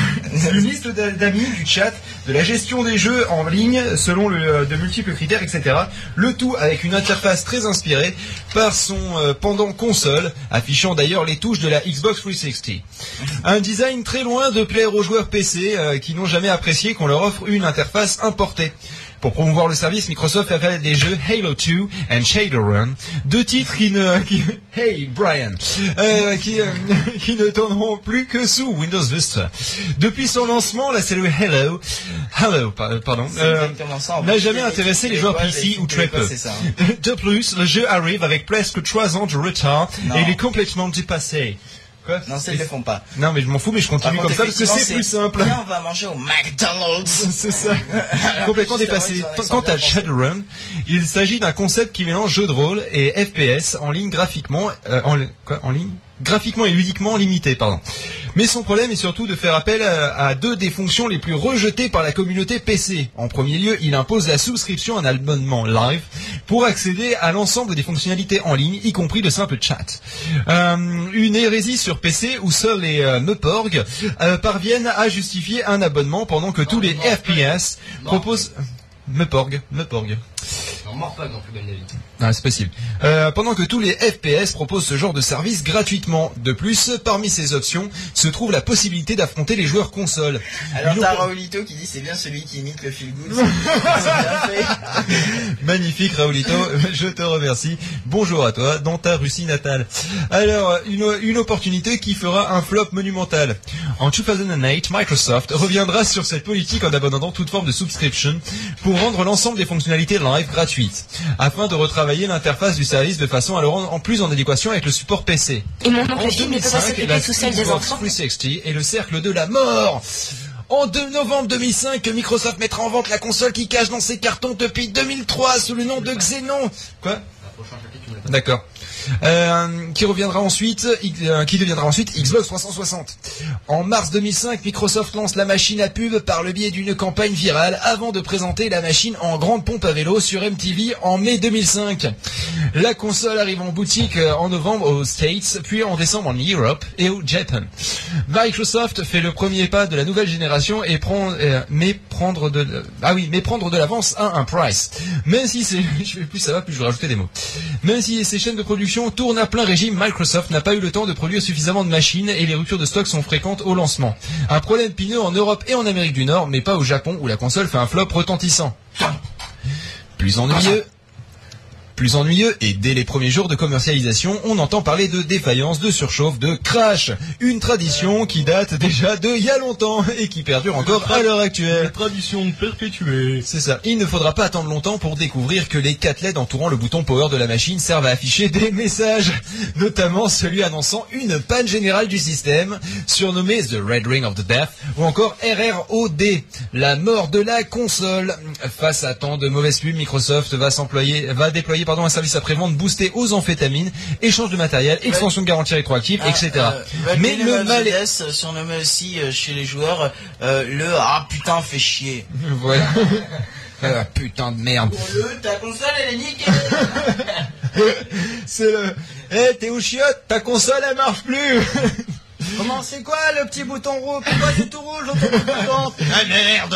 Une liste d'a- d'amis, du chat, de la gestion des jeux en ligne selon le, de multiples critères, et cetera. Le tout avec une interface très inspirée par son euh, pendant console, affichant d'ailleurs les touches de la Xbox trois cent soixante. Un design très loin de plaire aux joueurs P C euh, qui n'ont jamais apprécié qu'on leur offre une interface importée. Pour promouvoir le service, Microsoft a fait des jeux Halo deux et Shadowrun, deux titres qui ne... Qui, hey Brian, euh, qui, euh, qui ne tourneront plus que sous Windows Vista. Depuis son lancement, la série Halo, Halo par- pardon, C'est euh, exactement ça. En n'a plus, jamais les intéressé équipes les joueurs P québécoises, C les ou équipes très peu. québécoises, c'est ça. De plus, le jeu arrive avec presque trois ans de retard Non. et il est complètement dépassé. Quoi? Non, ça, ils le font pas. Non, mais je m'en fous, mais je Par continue contre, comme ça parce que c'est effectivement, plus simple. Viens, on va manger au McDonald's. C'est ça. Complètement dépassé. Quant à Shadowrun, il s'agit d'un concept qui mélange jeu de rôle et F P S en ligne graphiquement, euh, en, quoi, en ligne? Graphiquement et ludiquement limité, pardon. Mais son problème est surtout de faire appel à, à deux des fonctions les plus rejetées par la communauté P C. En premier lieu, il impose la souscription à un abonnement live pour accéder à l'ensemble des fonctionnalités en ligne, y compris le simple chat. Euh, une hérésie sur P C où seuls les euh, Meporg euh, parviennent à justifier un abonnement pendant que tous les F P S proposent... Meporg, Meporg. Non, mort pas dans plus belle la vie. Ah, c'est possible. Euh, pendant que tous les F P S proposent ce genre de service gratuitement. De plus, parmi ces options se trouve la possibilité d'affronter les joueurs console. Alors Une t'as op- Raoulito qui dit c'est bien celui qui imite le feel good. C'est bien fait. Magnifique Raoulito, je te remercie. Bonjour à toi dans ta Russie natale. Alors, une, une opportunité qui fera un flop monumental. En deux mille huit, Microsoft reviendra sur cette politique en abandonnant toute forme de subscription pour rendre l'ensemble des fonctionnalités live gratuites, afin de retravailler l'interface du service de façon à le rendre en plus en adéquation avec le support P C. Et mon En oncle Phil ne peut pas deux mille cinq, la s'occuper tout seul des Xbox enfants. trois cent soixante est le cercle de la mort. En deux novembre deux mille cinq, Microsoft mettra en vente la console qui cache dans ses cartons depuis deux mille trois sous le nom de Xenon. Quoi? La prochaine chapitre, tu me l'as pas. D'accord. Euh, qui reviendra ensuite, euh, qui deviendra ensuite Xbox trois cent soixante. En mars deux mille cinq, Microsoft lance la machine à pub par le biais d'une campagne virale avant de présenter la machine en grande pompe à vélo sur M T V en mai deux mille cinq. La console arrive en boutique euh, en novembre aux States, puis en décembre en Europe et au Japon. Microsoft fait le premier pas de la nouvelle génération et prend, euh, mais prendre de, ah oui, mais prendre de l'avance à un price. Même si c'est, je vais plus ça va, plus je vais rajouter des mots. Même si ces chaînes de production tournent à plein régime, Microsoft n'a pas eu le temps de produire suffisamment de machines et les ruptures de stock sont fréquentes au lancement. Un problème pineux en Europe et en Amérique du Nord, mais pas au Japon où la console fait un flop retentissant. Plus ennuyeux. Plus ennuyeux, et dès les premiers jours de commercialisation, on entend parler de défaillance, de surchauffe, de crash. Une tradition qui date déjà de il y a longtemps et qui perdure encore à l'heure actuelle. La tradition perpétuée. C'est ça. Il ne faudra pas attendre longtemps pour découvrir que les quatre L E D entourant le bouton power de la machine servent à afficher des messages, notamment celui annonçant une panne générale du système, surnommé The Red Ring of the Death, ou encore R R O D, la mort de la console. Face à tant de mauvaises pubs, Microsoft va s'employer, va déployer pardon, un service après-vente boosté aux amphétamines, échange de matériel, extension de garantie rétroactive, Ah, et cetera. euh, Mais le mal est... est... surnommé aussi euh, chez les joueurs euh, le « Ah putain, fait chier ». Voilà. Ah, putain de merde. Pour le « Ta console, elle est niquée ». C'est le... Eh, hey, t'es où chiotte? Ta console, elle marche plus. Comment, c'est quoi le petit bouton rouge? Pourquoi c'est tout rouge autour du bouton? Ah merde.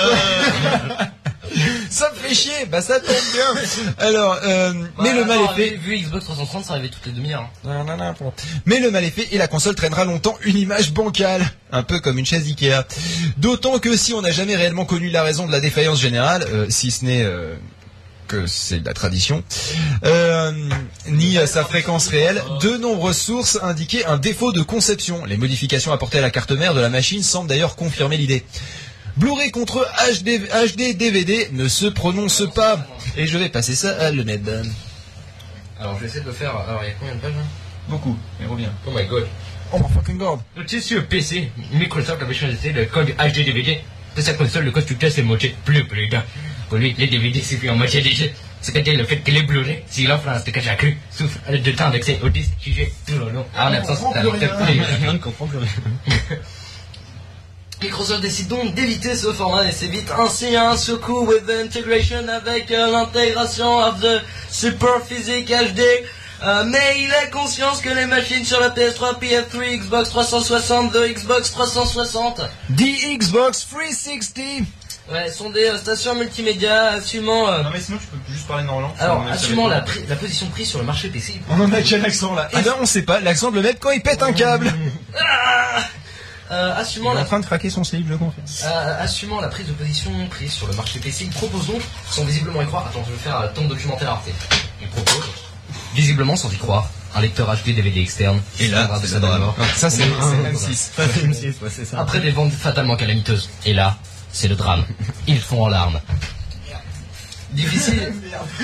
Ça me fait chier, bah ça tombe bien. Alors, euh, Bah, mais le mal attends, est fait. Vu, vu Xbox trois cent trente, ça arrivait toutes les demi-heures. Non, non, non, pour- Mais le mal est fait et la console traînera longtemps une image bancale, un peu comme une chaise Ikea. D'autant que si on n'a jamais réellement connu la raison de la défaillance générale, euh, si ce n'est euh, que c'est de la tradition, euh, ni euh, sa fréquence réelle, de nombreuses sources indiquaient un défaut de conception. Les modifications apportées à la carte mère de la machine semblent d'ailleurs confirmer l'idée. Blu-ray contre H D, H D D V D ne se prononce pas. Et je vais passer ça à le Med. Alors, je vais essayer de le faire. Alors, il y a combien de pages là? Beaucoup, mais reviens. Oh my god. Oh my fucking god. Tu sais, sur P C, Microsoft avait choisi le code H D D V D. De sa console, le constructeur s'est moqué plus plus d'un. Pour lui, les D V D suffit en moitié des jeux. C'est-à-dire le fait que les Blu-ray, s'il offre un stockage accru, souffre de temps d'accès au disque jugé tout le long. Ah, en absence d'un lecteur plus. Je ne comprends plus rien. Microsoft décide donc d'éviter ce format et s'évite ainsi un surcoût with the integration avec euh, l'intégration of the Super Physic H D. Euh, mais il a conscience que les machines sur la P S trois, P S trois, Xbox trois cent soixante, de Xbox trois cent soixante, The Xbox trois cent soixante. ouais, sont des euh, stations multimédia assumant, euh, Non mais sinon tu peux juste parler normalement. alors Ça, on est assumant sur les la, pri- la position prise sur le marché P C. On en a quel accent là? Eh ben on sait pas, l'accent de le mettre quand il pète un câble. Ah Euh, Il assumant est la en train de craquer son slip, je confirme. Euh, assumant la prise de position prise sur le marché P C, il propose donc, sans visiblement y croire, attends, je vais faire un ton documentaire Arte. Il propose, visiblement sans y croire, un lecteur H D D V D externe. Et là, Viendra de c'est sa le drame. mort. Ça, c'est On est- M six. c'est ça. Après des ventes fatalement calamiteuses. Et là, c'est le drame. Ils font en larmes. Difficile.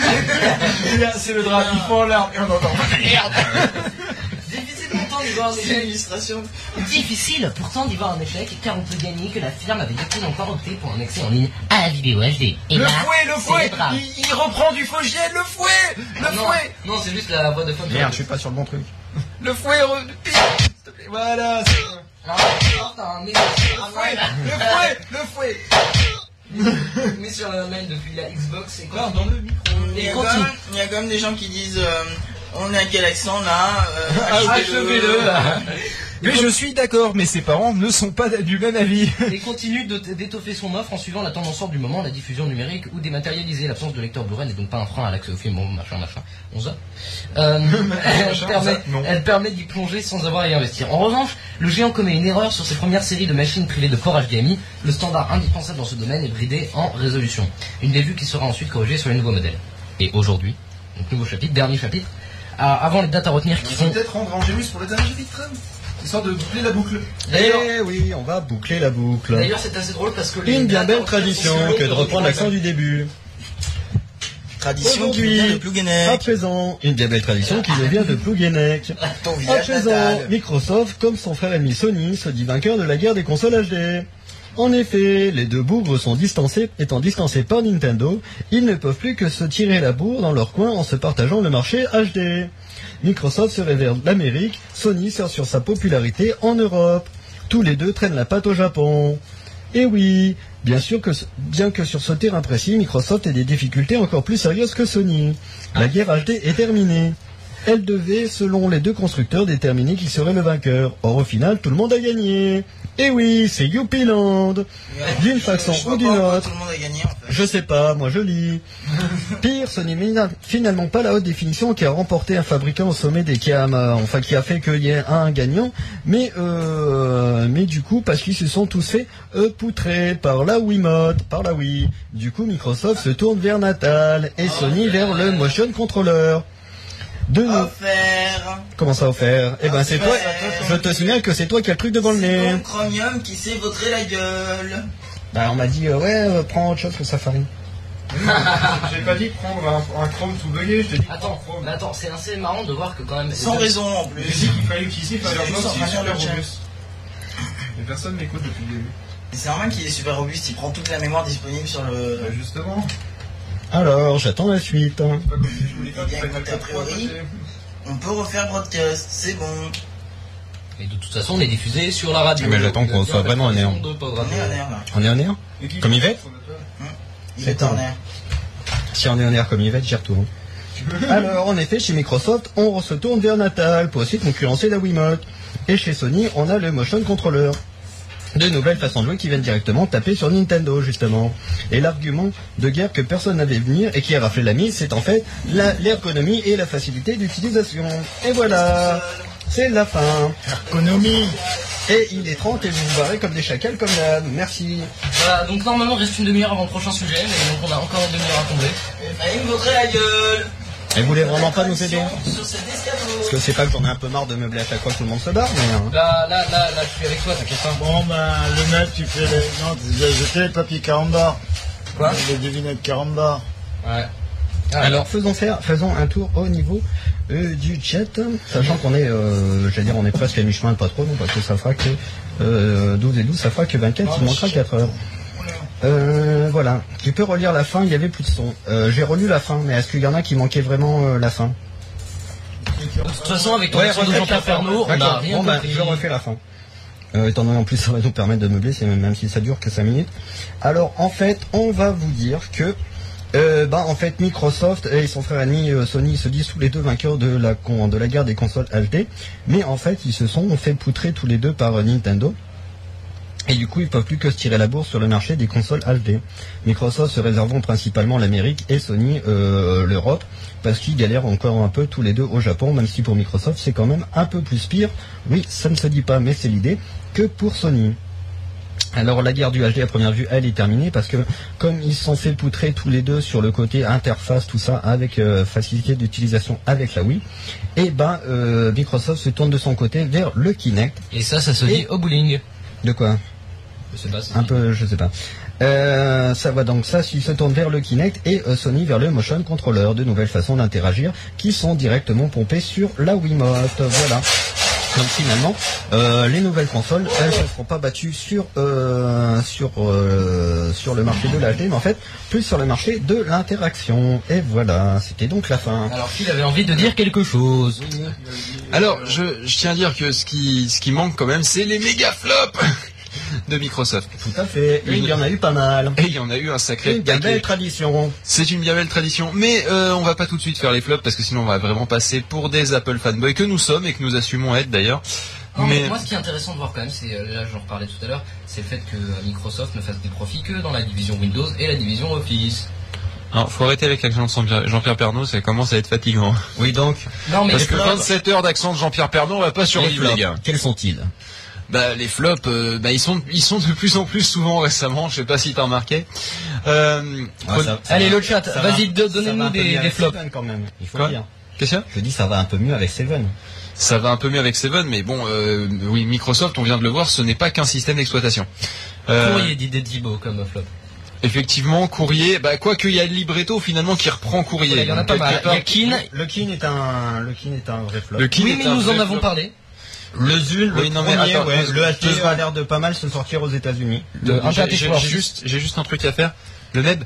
C'est le drame, il faut en larmes. Et on entend. Merde. Difficile pourtant d'y voir un C'est échec. l'illustration. Difficile pourtant d'y voir un échec, car on peut gagner que la firme avait depuis longtemps opté pour un accès en ligne à la vidéo H D. Et Le là, fouet, le c'est fouet. drame. Il, il reprend du faux giel, le fouet. Le Ah non, fouet. non, c'est juste la voix de femme. Merde, je suis pas sur le bon truc. Le fouet, re... s'il te plaît. Voilà. c'est- Ah, putain, mais- Le fouet, le fouet, le fouet. Mais sur la mail depuis la Xbox, et quoi? dans le micro. Il y, Et a quand continue. même, il y a quand même des gens qui disent euh, on est à quel accent là euh, Achevez-le. Mais je suis d'accord, mais ses parents ne sont pas du même avis. Et continue de- d'étoffer son offre en suivant la tendance forte du moment, la diffusion numérique ou dématérialisée. L'absence de lecteur Blu-ray n'est donc pas un frein à l'accès au film, bon, machin, machin, on zappe. Euh, elle permet, non. elle permet d'y plonger sans avoir à y investir. En revanche, le géant commet une erreur sur ses premières séries de machines privées de port H D M I. Le standard indispensable dans ce domaine est bridé en résolution. Une dévue qui sera ensuite corrigée sur les nouveaux modèles. Et aujourd'hui, donc nouveau chapitre, dernier chapitre, ah, avant les dates à retenir qui sont... peut-être rendre Angélus pour le dernier chapitre, histoire de boucler la boucle. D'ailleurs, Eh oui, on va boucler la boucle. d'ailleurs, c'est assez drôle parce que... les Une bien dates à belle retenir tradition sont que de longues, reprendre donc, l'accent du début. Tradition qui Aujourd'hui, vient de Plouguenec. à présent, une bien belle tradition qui nous vient de Plouguenec. Ton À village présent, natal. Microsoft, comme son frère ennemi Sony, se dit vainqueur de la guerre des consoles H D. En effet, les deux bougres sont distancés, étant distancés par Nintendo, ils ne peuvent plus que se tirer la bourre dans leur coin en se partageant le marché H D. Microsoft se révère l'Amérique, Sony sert sur sa popularité en Europe. Tous les deux traînent la patte au Japon. Et oui, bien sûr que, bien que sur ce terrain précis, Microsoft ait des difficultés encore plus sérieuses que Sony. La guerre H D est terminée. Elle devait, selon les deux constructeurs, déterminer qui serait le vainqueur. Or, au final, tout le monde a gagné. Et oui, c'est Youpiland. D'une façon ou d'une autre. Tout le monde a gagné, en fait. Je sais pas, moi je lis. Pire, ce n'est mina- finalement pas la haute définition qui a remporté un fabricant au sommet des Kehama. Enfin, qui a fait qu'il y ait un gagnant. Mais, euh, mais du coup, parce qu'ils se sont tous fait euh, poutrer par la Wiimote, par la Wii. Du coup, Microsoft se tourne vers Natal et Sony vers le Motion Controller. De nous. Offert. Comment ça offert? Eh ben, c'est toi. Je te signale que c'est toi qui as le truc devant le C'est nez. donc Chromium qui s'est vautré la gueule. Bah, on m'a dit, euh, ouais, euh, prends autre chose que Safari. J'ai pas dit prendre un, un Chrome tout bugué, je t'ai dit Attends, prends Chrome. mais attends, c'est assez marrant de voir que quand même. Sans raison en J'ai plus. dit qu'il fallait utiliser J'ai Firefox, juste en il est train de super lire le chat. robuste. Mais personne m'écoute depuis le début. C'est normal qu'il est super robuste, il prend toute la mémoire disponible sur le. Bah justement, Alors, j'attends la suite. c'est pas comme si je voulais pas Eh bien, que écoute, tu a priori, on peut refaire broadcast, c'est bon. Et de toute façon, on est diffusé sur la radio. Mais j'attends qu'on soit vraiment en air. De Pod On Radio. est en air là. On est en air? Comme Yvette? Il C'est est en un. air. Si on est en air comme Yvette, j'y retourne. Alors, en effet, chez Microsoft, on se tourne vers Natal pour aussi concurrencer la Wiimote. Et chez Sony, on a le Motion Controller. De nouvelles façons de jouer qui viennent directement taper sur Nintendo, justement. Et l'argument de guerre que personne n'avait venir et qui a raflé la mise, c'est en fait la- l'ergonomie et la facilité d'utilisation. Et voilà, c'est la fin. Ergonomie. Et il est trente et vous vous barrez comme des chacals comme d'hab. Merci. Voilà, donc normalement, il reste une demi-heure avant le prochain sujet, mais donc on a encore une demi-heure à combler. Allez me vautrer la gueule. Et vous voulez vraiment pas nous aider? Sur cet escabeau. Parce que c'est pas que j'en ai un peu marre de meubler à chaque fois que tout le monde se barre, mais... hein. Là, là, là, là, je suis avec toi, t'inquiète pas. Bon, ben, le mec, tu fais les. Non, j'ai jeté les papiers caramba. Quoi? Les devinettes caramba. Ouais. Ah, Alors faisons faire, faisons un tour au niveau euh, du chat, sachant qu'on est, euh, j'allais dire, on est presque à mi-chemin, pas trop, non, parce que ça fera que euh, douze et douze, ça fera que vingt-quatre, il manquera quatre heures. Euh, voilà, tu peux relire la fin, il y avait plus de son. Euh, j'ai relu la fin, mais est-ce qu'il y en a qui manquaient vraiment euh, la fin? De toute façon, avec ton Ouais, action de refaites Jean-Pierre la fin. Pernaut, on n'a D'accord. rien Bon, bah, compris. je refais la fin. Euh, étant donné en plus ça va nous permettre de meubler, c'est même, même si ça dure que cinq minutes. Alors en fait, on va vous dire que euh, bah en fait Microsoft et son frère ennemi euh, Sony se disent tous les deux vainqueurs de la con, de la guerre des consoles H D, mais en fait ils se sont fait poutrer tous les deux par euh, Nintendo. Et du coup, ils peuvent plus que se tirer la bourse sur le marché des consoles H D. Microsoft se réservant principalement l'Amérique et Sony euh, l'Europe, parce qu'ils galèrent encore un peu tous les deux au Japon, même si pour Microsoft c'est quand même un peu plus pire. Oui, ça ne se dit pas, mais c'est l'idée, que pour Sony. Alors la guerre du H D à première vue, elle est terminée, parce que comme ils se sont fait poutrer tous les deux sur le côté interface, tout ça, avec euh, facilité d'utilisation avec la Wii, et ben euh, Microsoft se tourne de son côté vers le Kinect. Et ça, ça se Et- dit au bowling. De quoi? Je sais pas, c'est Un dit. peu, je sais pas. Euh, ça va donc ça, s'il se tourne vers le Kinect et euh, Sony vers le Motion Controller, de nouvelles façons d'interagir qui sont directement pompées sur la Wiimote. Voilà. Donc finalement, euh, les nouvelles consoles, elles ne seront pas battues sur euh, sur euh, sur le marché de l'H D, mais en fait plus sur le marché de l'interaction. Et voilà, c'était donc la fin. Alors, Phil avait envie de dire quelque chose. Alors, je, je tiens à dire que ce qui, ce qui manque quand même, c'est les méga flops de Microsoft. Tout à fait. Et il y en a eu pas mal. Et il y en a eu un sacré Une bien paquet. belle tradition. C'est une bien belle tradition, mais euh, on va pas tout de suite faire les flops parce que sinon on va vraiment passer pour des Apple fanboys que nous sommes et que nous assumons être d'ailleurs. Non, mais Mais moi, ce qui est intéressant de voir quand même, c'est, euh, là j'en reparlais tout à l'heure, c'est le fait que euh, Microsoft ne fasse des profits que dans la division Windows et la division Office. alors, faut arrêter avec l'accent de Jean-Pierre Jean-Pierre Pernaut, ça commence à être fatigant. Oui donc. Non, mais Parce les que flops- vingt-sept heures d'accent de Jean-Pierre Pernaut, on va pas survivre les, flops, gars. quels sont-ils? Bah les flops, euh, bah ils sont ils sont de plus en plus souvent récemment. Je sais pas si t'as remarqué. Euh, Ouais, ça- ça Allez, va- le chat, ça vas-y, va- do- ça va donnez-nous un peu des- mieux des avec flops. Seven quand même, il faut Quoi le dire. Qu'est-ce qu'il y a? Je dis ça va un peu mieux avec Seven. Ça va un peu mieux avec Seven, mais bon, euh, oui, Microsoft, on vient de le voir, ce n'est pas qu'un système d'exploitation. Euh, Courrier dit des Thibaut comme flop. Effectivement, courrier, bah quoi qu'il y a le libretto finalement qui reprend courrier. Voilà, il y en a pas Quelque mal. part, Il y a Kin. Le Kin est un, le Kin est un vrai flop. Le Kin Oui, est mais un nous en vrai avons flop. parlé. Le Zul, Oui, le non, mais premier, attends, ouais, deux- le H T deux- a l'air de pas mal se sortir aux États-Unis. De J'ai- Internet j'ai Explorer j'ai six. juste, j'ai juste un truc à faire. Le Neb,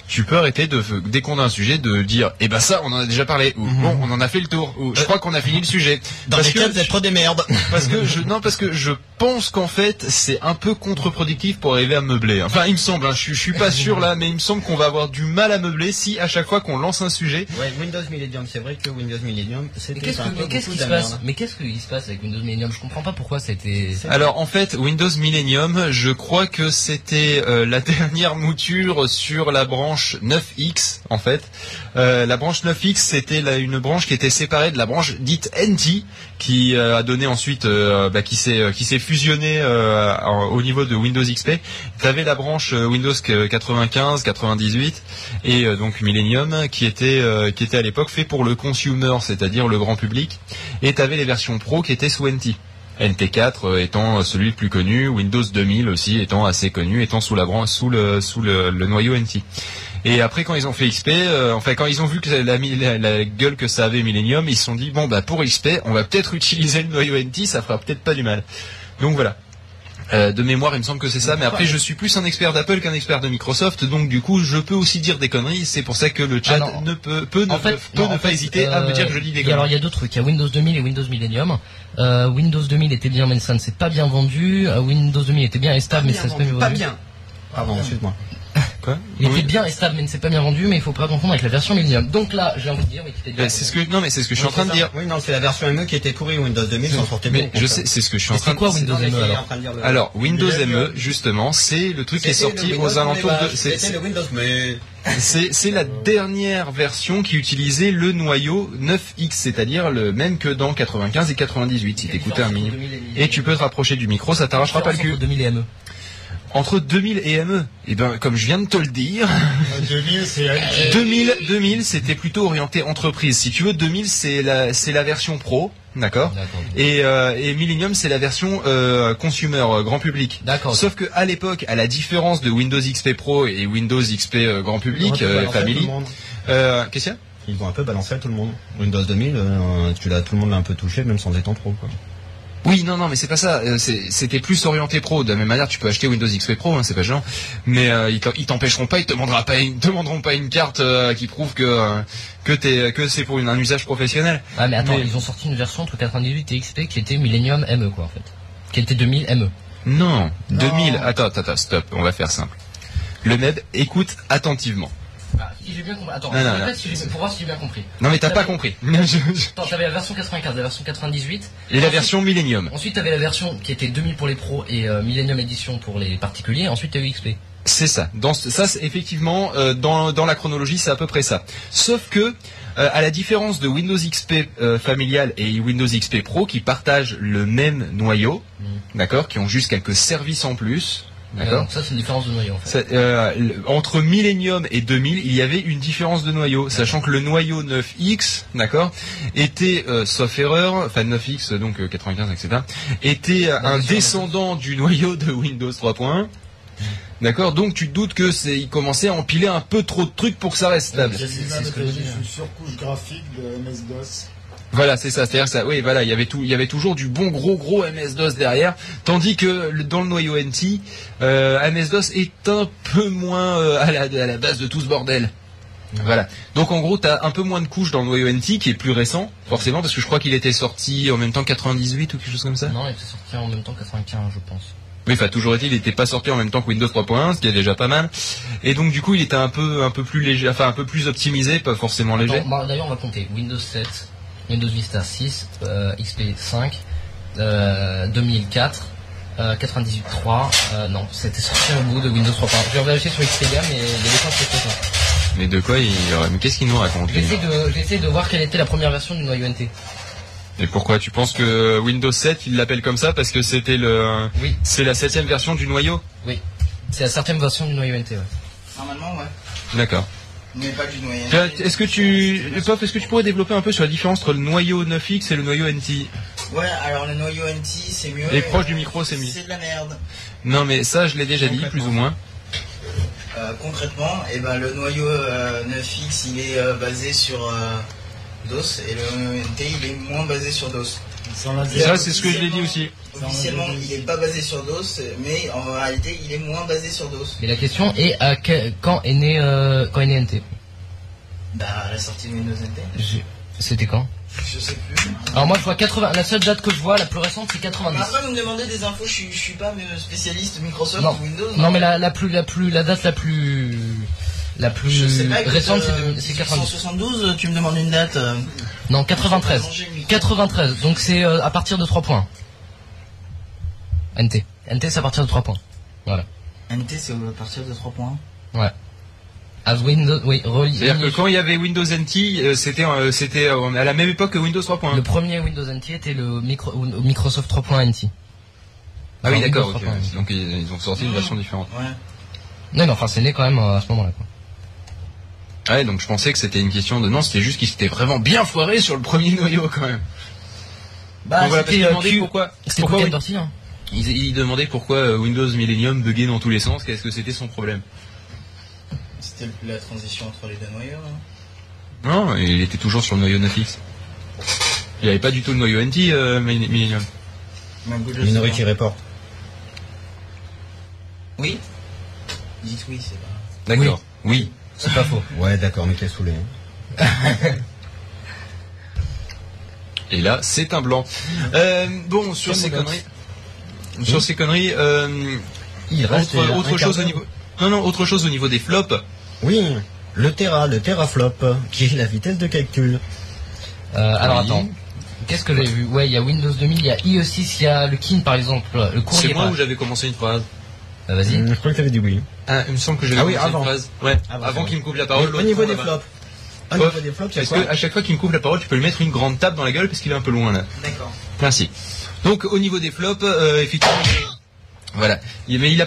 tu peux arrêter de, dès qu'on a un sujet, de dire, eh ben ça, on en a déjà parlé, ou Mhm. bon, on en a fait le tour, ou je crois qu'on a fini le sujet. Dans Parce les que- cas, vous êtes trop des merdes. Parce que je, non, parce que je pense qu'en fait, c'est un peu contre-productif pour arriver à meubler. Enfin, il me semble, hein, je, je suis pas sûr là, mais il me semble qu'on va avoir du mal à meubler si à chaque fois qu'on lance un sujet. Ouais, Windows Millennium, c'est vrai que Windows Millennium, Mais c'était qu'est-ce un que- peu mais qu'est-ce beaucoup qui de se la passe merde. Mais qu'est-ce qui se passe avec Windows Millennium? Je comprends pas pourquoi ça a été. Alors en fait, Windows Millennium, je crois que c'était euh, la dernière mouture sur la branche neuf X en fait. Euh, la branche neuf X, c'était la- une branche qui était séparée de la branche dite N T, qui euh, a donné ensuite, euh, bah, qui s'est euh, qui s'est fusionnée euh, en- au niveau de Windows X P. Tu avais la branche euh, Windows quatre-vingt-quinze, quatre-vingt-dix-huit et euh, donc Millennium qui était euh, qui était à l'époque fait pour le consumer, c'est-à-dire le grand public. Et tu avais les versions pro qui étaient sous N T. N T quatre euh, étant celui le plus connu, Windows deux mille aussi étant assez connu, étant sous la branche, sous le sous le, le noyau N T. Et après quand ils ont fait X P, euh, enfin quand ils ont vu que la, la, la gueule que ça avait Millennium, ils se sont dit bon bah pour X P, on va peut-être utiliser le noyau N T, ça fera peut-être pas du mal. Donc voilà. Euh, de mémoire, il me semble que c'est ça, mais après je suis plus un expert d'Apple qu'un expert de Microsoft, donc du coup je peux aussi dire des conneries, c'est pour ça que le chat Ah non. ne peut, peut ne, En fait, peut non, ne en pas fait, hésiter à me euh, dire que je dis des et conneries. alors il y a deux trucs, il y a Windows deux mille et Windows Millennium. Euh, Windows deux mille était bien, mais ça ne s'est pas bien vendu. Euh, Windows deux mille était bien et stable, mais ça ne s'est pas bien vendu. Pas bien. Pardon, excuse-moi. Quoi Il Oui. était bien et stable, mais ne s'est pas bien vendu, mais il faut pas confondre avec la version Millennium. Donc là, j'ai envie de dire, mais qui était bien. Euh, c'est ce que non mais c'est ce que je suis Oui, en train c'est de ça. dire. Oui, non, c'est la version M E qui était pourrie. Windows deux mille s'en sortait bien. Mais je sais, c'est ce que je suis en Mais train c'est de quoi dire. Windows Non, mais M E c'est alors en train de dire le- Alors Windows Millennium. M E justement, c'est le truc qui est C'était sorti le Windows aux alentours pour les de vaches, c'est C'était le Windows, mais c'est c'est la dernière version qui utilisait le noyau neuf X, c'est-à-dire le même que dans quatre-vingt-quinze et quatre-vingt-dix-huit si t'écoutais un minimum. Et tu peux te rapprocher du micro, ça t'arrachera pas le cul. deux mille et M E. Entre deux mille et M E, et ben comme je viens de te le dire, deux mille, c'est N T. deux mille, deux mille c'était plutôt orienté entreprise. Si tu veux, deux mille c'est la c'est la version pro, d'accord. D'accord. Et, euh, et Millennium c'est la version euh, consumer, euh, grand public. D'accord. Sauf que à l'époque, à la différence de Windows X P Pro et Windows X P euh, grand public, euh, family, euh, qu'est-ce qu'il y a? Ils ont un peu balancé à tout le monde. Windows deux mille, euh, tu l'as, tout le monde l'a un peu touché, même sans étant pro, quoi. Oui, non, non, mais c'est pas ça. Euh, c'est- C'était plus orienté pro. De la même manière, tu peux acheter Windows X P Pro, hein, c'est pas gênant. Mais euh, ils t'en- ils t'empêcheront pas, ils te demanderont pas, ils te demanderont pas une carte euh, qui prouve que euh, que t'es que c'est pour une, un usage professionnel. Ah mais attends, Mais- ils ont sorti une version entre quatre-vingt-dix-huit et X P qui était Millennium M E quoi en fait. Qui était deux mille M E. Non, deux mille. Attends, attends, attends, stop. On va faire simple. Le M E B, écoute attentivement. Ah, si j'ai bien compris. Attends, Non, non, répète non. si j'ai- pour voir si j'ai bien compris. Non, mais t'as pas T'avais- compris. Attends, t'avais la version quatre-vingt-quinze, la version quatre-vingt-dix-huit. Et la Ensuite- version Millennium. Ensuite, t'avais la version qui était deux mille pour les pros et euh, Millennium Edition pour les particuliers. Ensuite, t'as eu X P. C'est ça. Dans ce- ça, c'est effectivement, euh, dans, dans la chronologie, c'est à peu près ça. Sauf que, euh, à la différence de Windows X P euh, familial et Windows X P Pro, qui partagent le même noyau, d'accord, qui ont juste quelques services en plus, Euh, d'accord. donc ça, c'est une différence de noyau en fait. Ça, euh, le- entre Millennium et deux mille, il y avait une différence de noyau, sachant que le noyau neuf X, d'accord, était, euh, sauf erreur, enfin neuf X, donc euh, quatre-vingt-quinze, et cetera, était euh, un descendant du noyau de Windows trois point un. D'accord, donc tu te doutes que c'est, il commençait à empiler un peu trop de trucs pour que ça reste stable. C'est- c'est- c'est ce que je veux dire. une surcouche graphique de M S DOS. Voilà, c'est ça, c'est-à-dire ça. Oui, voilà, il y avait tout, il y avait toujours du bon gros gros M S DOS derrière, tandis que le- dans le noyau N T, euh, M S DOS est un peu moins euh, à, la, à la base de tout ce bordel. Voilà. Donc en gros, t'as un peu moins de couches dans le noyau N T qui est plus récent, forcément, parce que je crois qu'il était sorti en même temps que quatre-vingt-dix-huit ou quelque chose comme ça. Non, il était sorti en même temps quatre-vingt-quinze, je pense. Oui, enfin toujours est-il, il n'était pas sorti en même temps que Windows trois point un, ce qui est déjà pas mal. Et donc du coup, il était un peu un peu plus léger, enfin un peu plus optimisé, pas forcément léger. Attends, bah, d'ailleurs, on va compter Windows sept, Windows Vista six, euh, X P cinq, euh, deux mille quatre, euh, quatre-vingt-dix-huit trois. Euh, non, c'était sorti au bout de Windows trois point un. Je vais vérifier sur Xpedia, mais il y a des chances que c'est ça. Mais de quoi il mais qu'est-ce qu'il nous raconte lui J'essaie de, j'essaie de voir quelle était la première version du noyau N T. Et pourquoi tu penses que Windows sept, il l'appelle comme ça parce que c'était le Oui. c'est la septième version du noyau? Oui. C'est la certaine version du noyau N T, ouais. Normalement, ouais. D'accord. Mais pas du noyau. Tiens, Est-ce que tu Pop, est-ce que tu pourrais développer un peu sur la différence entre le noyau neuf X et le noyau N T? Ouais, alors le noyau N T, c'est mieux. Et proche du micro, c'est mieux. C'est de la merde. Non mais ça je l'ai déjà dit plus ou moins. Euh, concrètement, eh ben, le noyau euh, neuf X, il est euh, basé sur euh, DOS et le N T, il est moins basé sur DOS. Ça, c'est ce que je l'ai dit aussi. Officiellement, il n'est pas basé sur DOS, mais en réalité, il est moins basé sur DOS. Mais la question est à que- quand est né euh, quand est né N T? Bah, la sortie de Windows N T. Je- C'était quand? Je sais plus. Alors moi je vois quatre-vingts. La seule date que je vois, la plus récente, c'est Mais quatre-vingt-dix. après, vous me demandez des infos, je suis, je suis pas euh, spécialiste Microsoft Non. ou Windows. Non mais la, la plus la plus la date la plus la plus Je sais pas, écoute, récente c'est euh, de- c'est quatre-vingt-dix. dix-huit cent soixante-douze, tu me demandes une date. euh, Non quatre-vingt-treize. je vais manger le micro. quatre-vingt-treize. Donc c'est euh, à partir de trois points. N T. N T c'est à partir de trois points. Voilà. N T, c'est à partir de trois points. Ouais. As Windows, oui, reli- C'est-à-dire que quand il y avait Windows N T, euh, c'était euh, c'était euh, à la même époque que Windows trois point un. le premier Windows N T était le micro, ou- Microsoft trois point N T. Ah oui, Enfin, d'accord. Windows ok. trois point un. Donc ils, ils ont sorti une version différente. Ouais. Non mais enfin c'est né quand même euh, à ce moment-là quoi. Ouais, donc je pensais que c'était une question de non, c'était juste qu'ils s'étaient vraiment bien foirés sur le premier noyau quand même. Bah Donc voilà, parce c'était qu'ils euh, demandaient Q- pourquoi. C'était pourquoi Q Win- Doherty, hein. ils, ils demandaient pourquoi euh, Windows Millennium buguait dans tous les sens. Qu'est-ce que c'était son problème? C'était la transition entre les deux noyaux. Hein. Non, il était toujours sur le noyau neuf X. Il n'y avait pas du tout le noyau N T euh, Millen- Millennium. Minority Report. Oui. Dites oui, c'est pas. D'accord. Oui. C'est pas faux. Ouais, d'accord, mais t'es saoulé. Hein. Et là, c'est un blanc. Euh, bon, sur Quel ces modèle conneries, sur ces conneries, euh, Il reste autre, un autre quart chose au d'heure. niveau, non non, autre chose au niveau des flops. Oui, le Tera, le teraflop, qui est la vitesse de calcul. Euh, alors Oui. attends. Qu'est-ce que j'ai vu? Ouais, il y a Windows deux mille, il y a I E six, il y a le Kin par exemple, le courrier. C'est moi par- où j'avais commencé une phrase. Bah, vas-y. Hum, je crois que t'avais dit oui. Ah, il me semble que j'avais Ah oui, commencé avant. une phrase. Ouais. Avant, Avant c'est qu'il vrai. me coupe la parole. Au l'autre niveau prend des la flops. Au Ouais. niveau des flops, il y a Est-ce quoi que à chaque fois qu'il me coupe la parole, tu peux lui mettre une grande tape dans la gueule parce qu'il est un peu loin là. D'accord. Merci. Donc au niveau des flops, euh, effectivement, il est- voilà. Il- Mais il a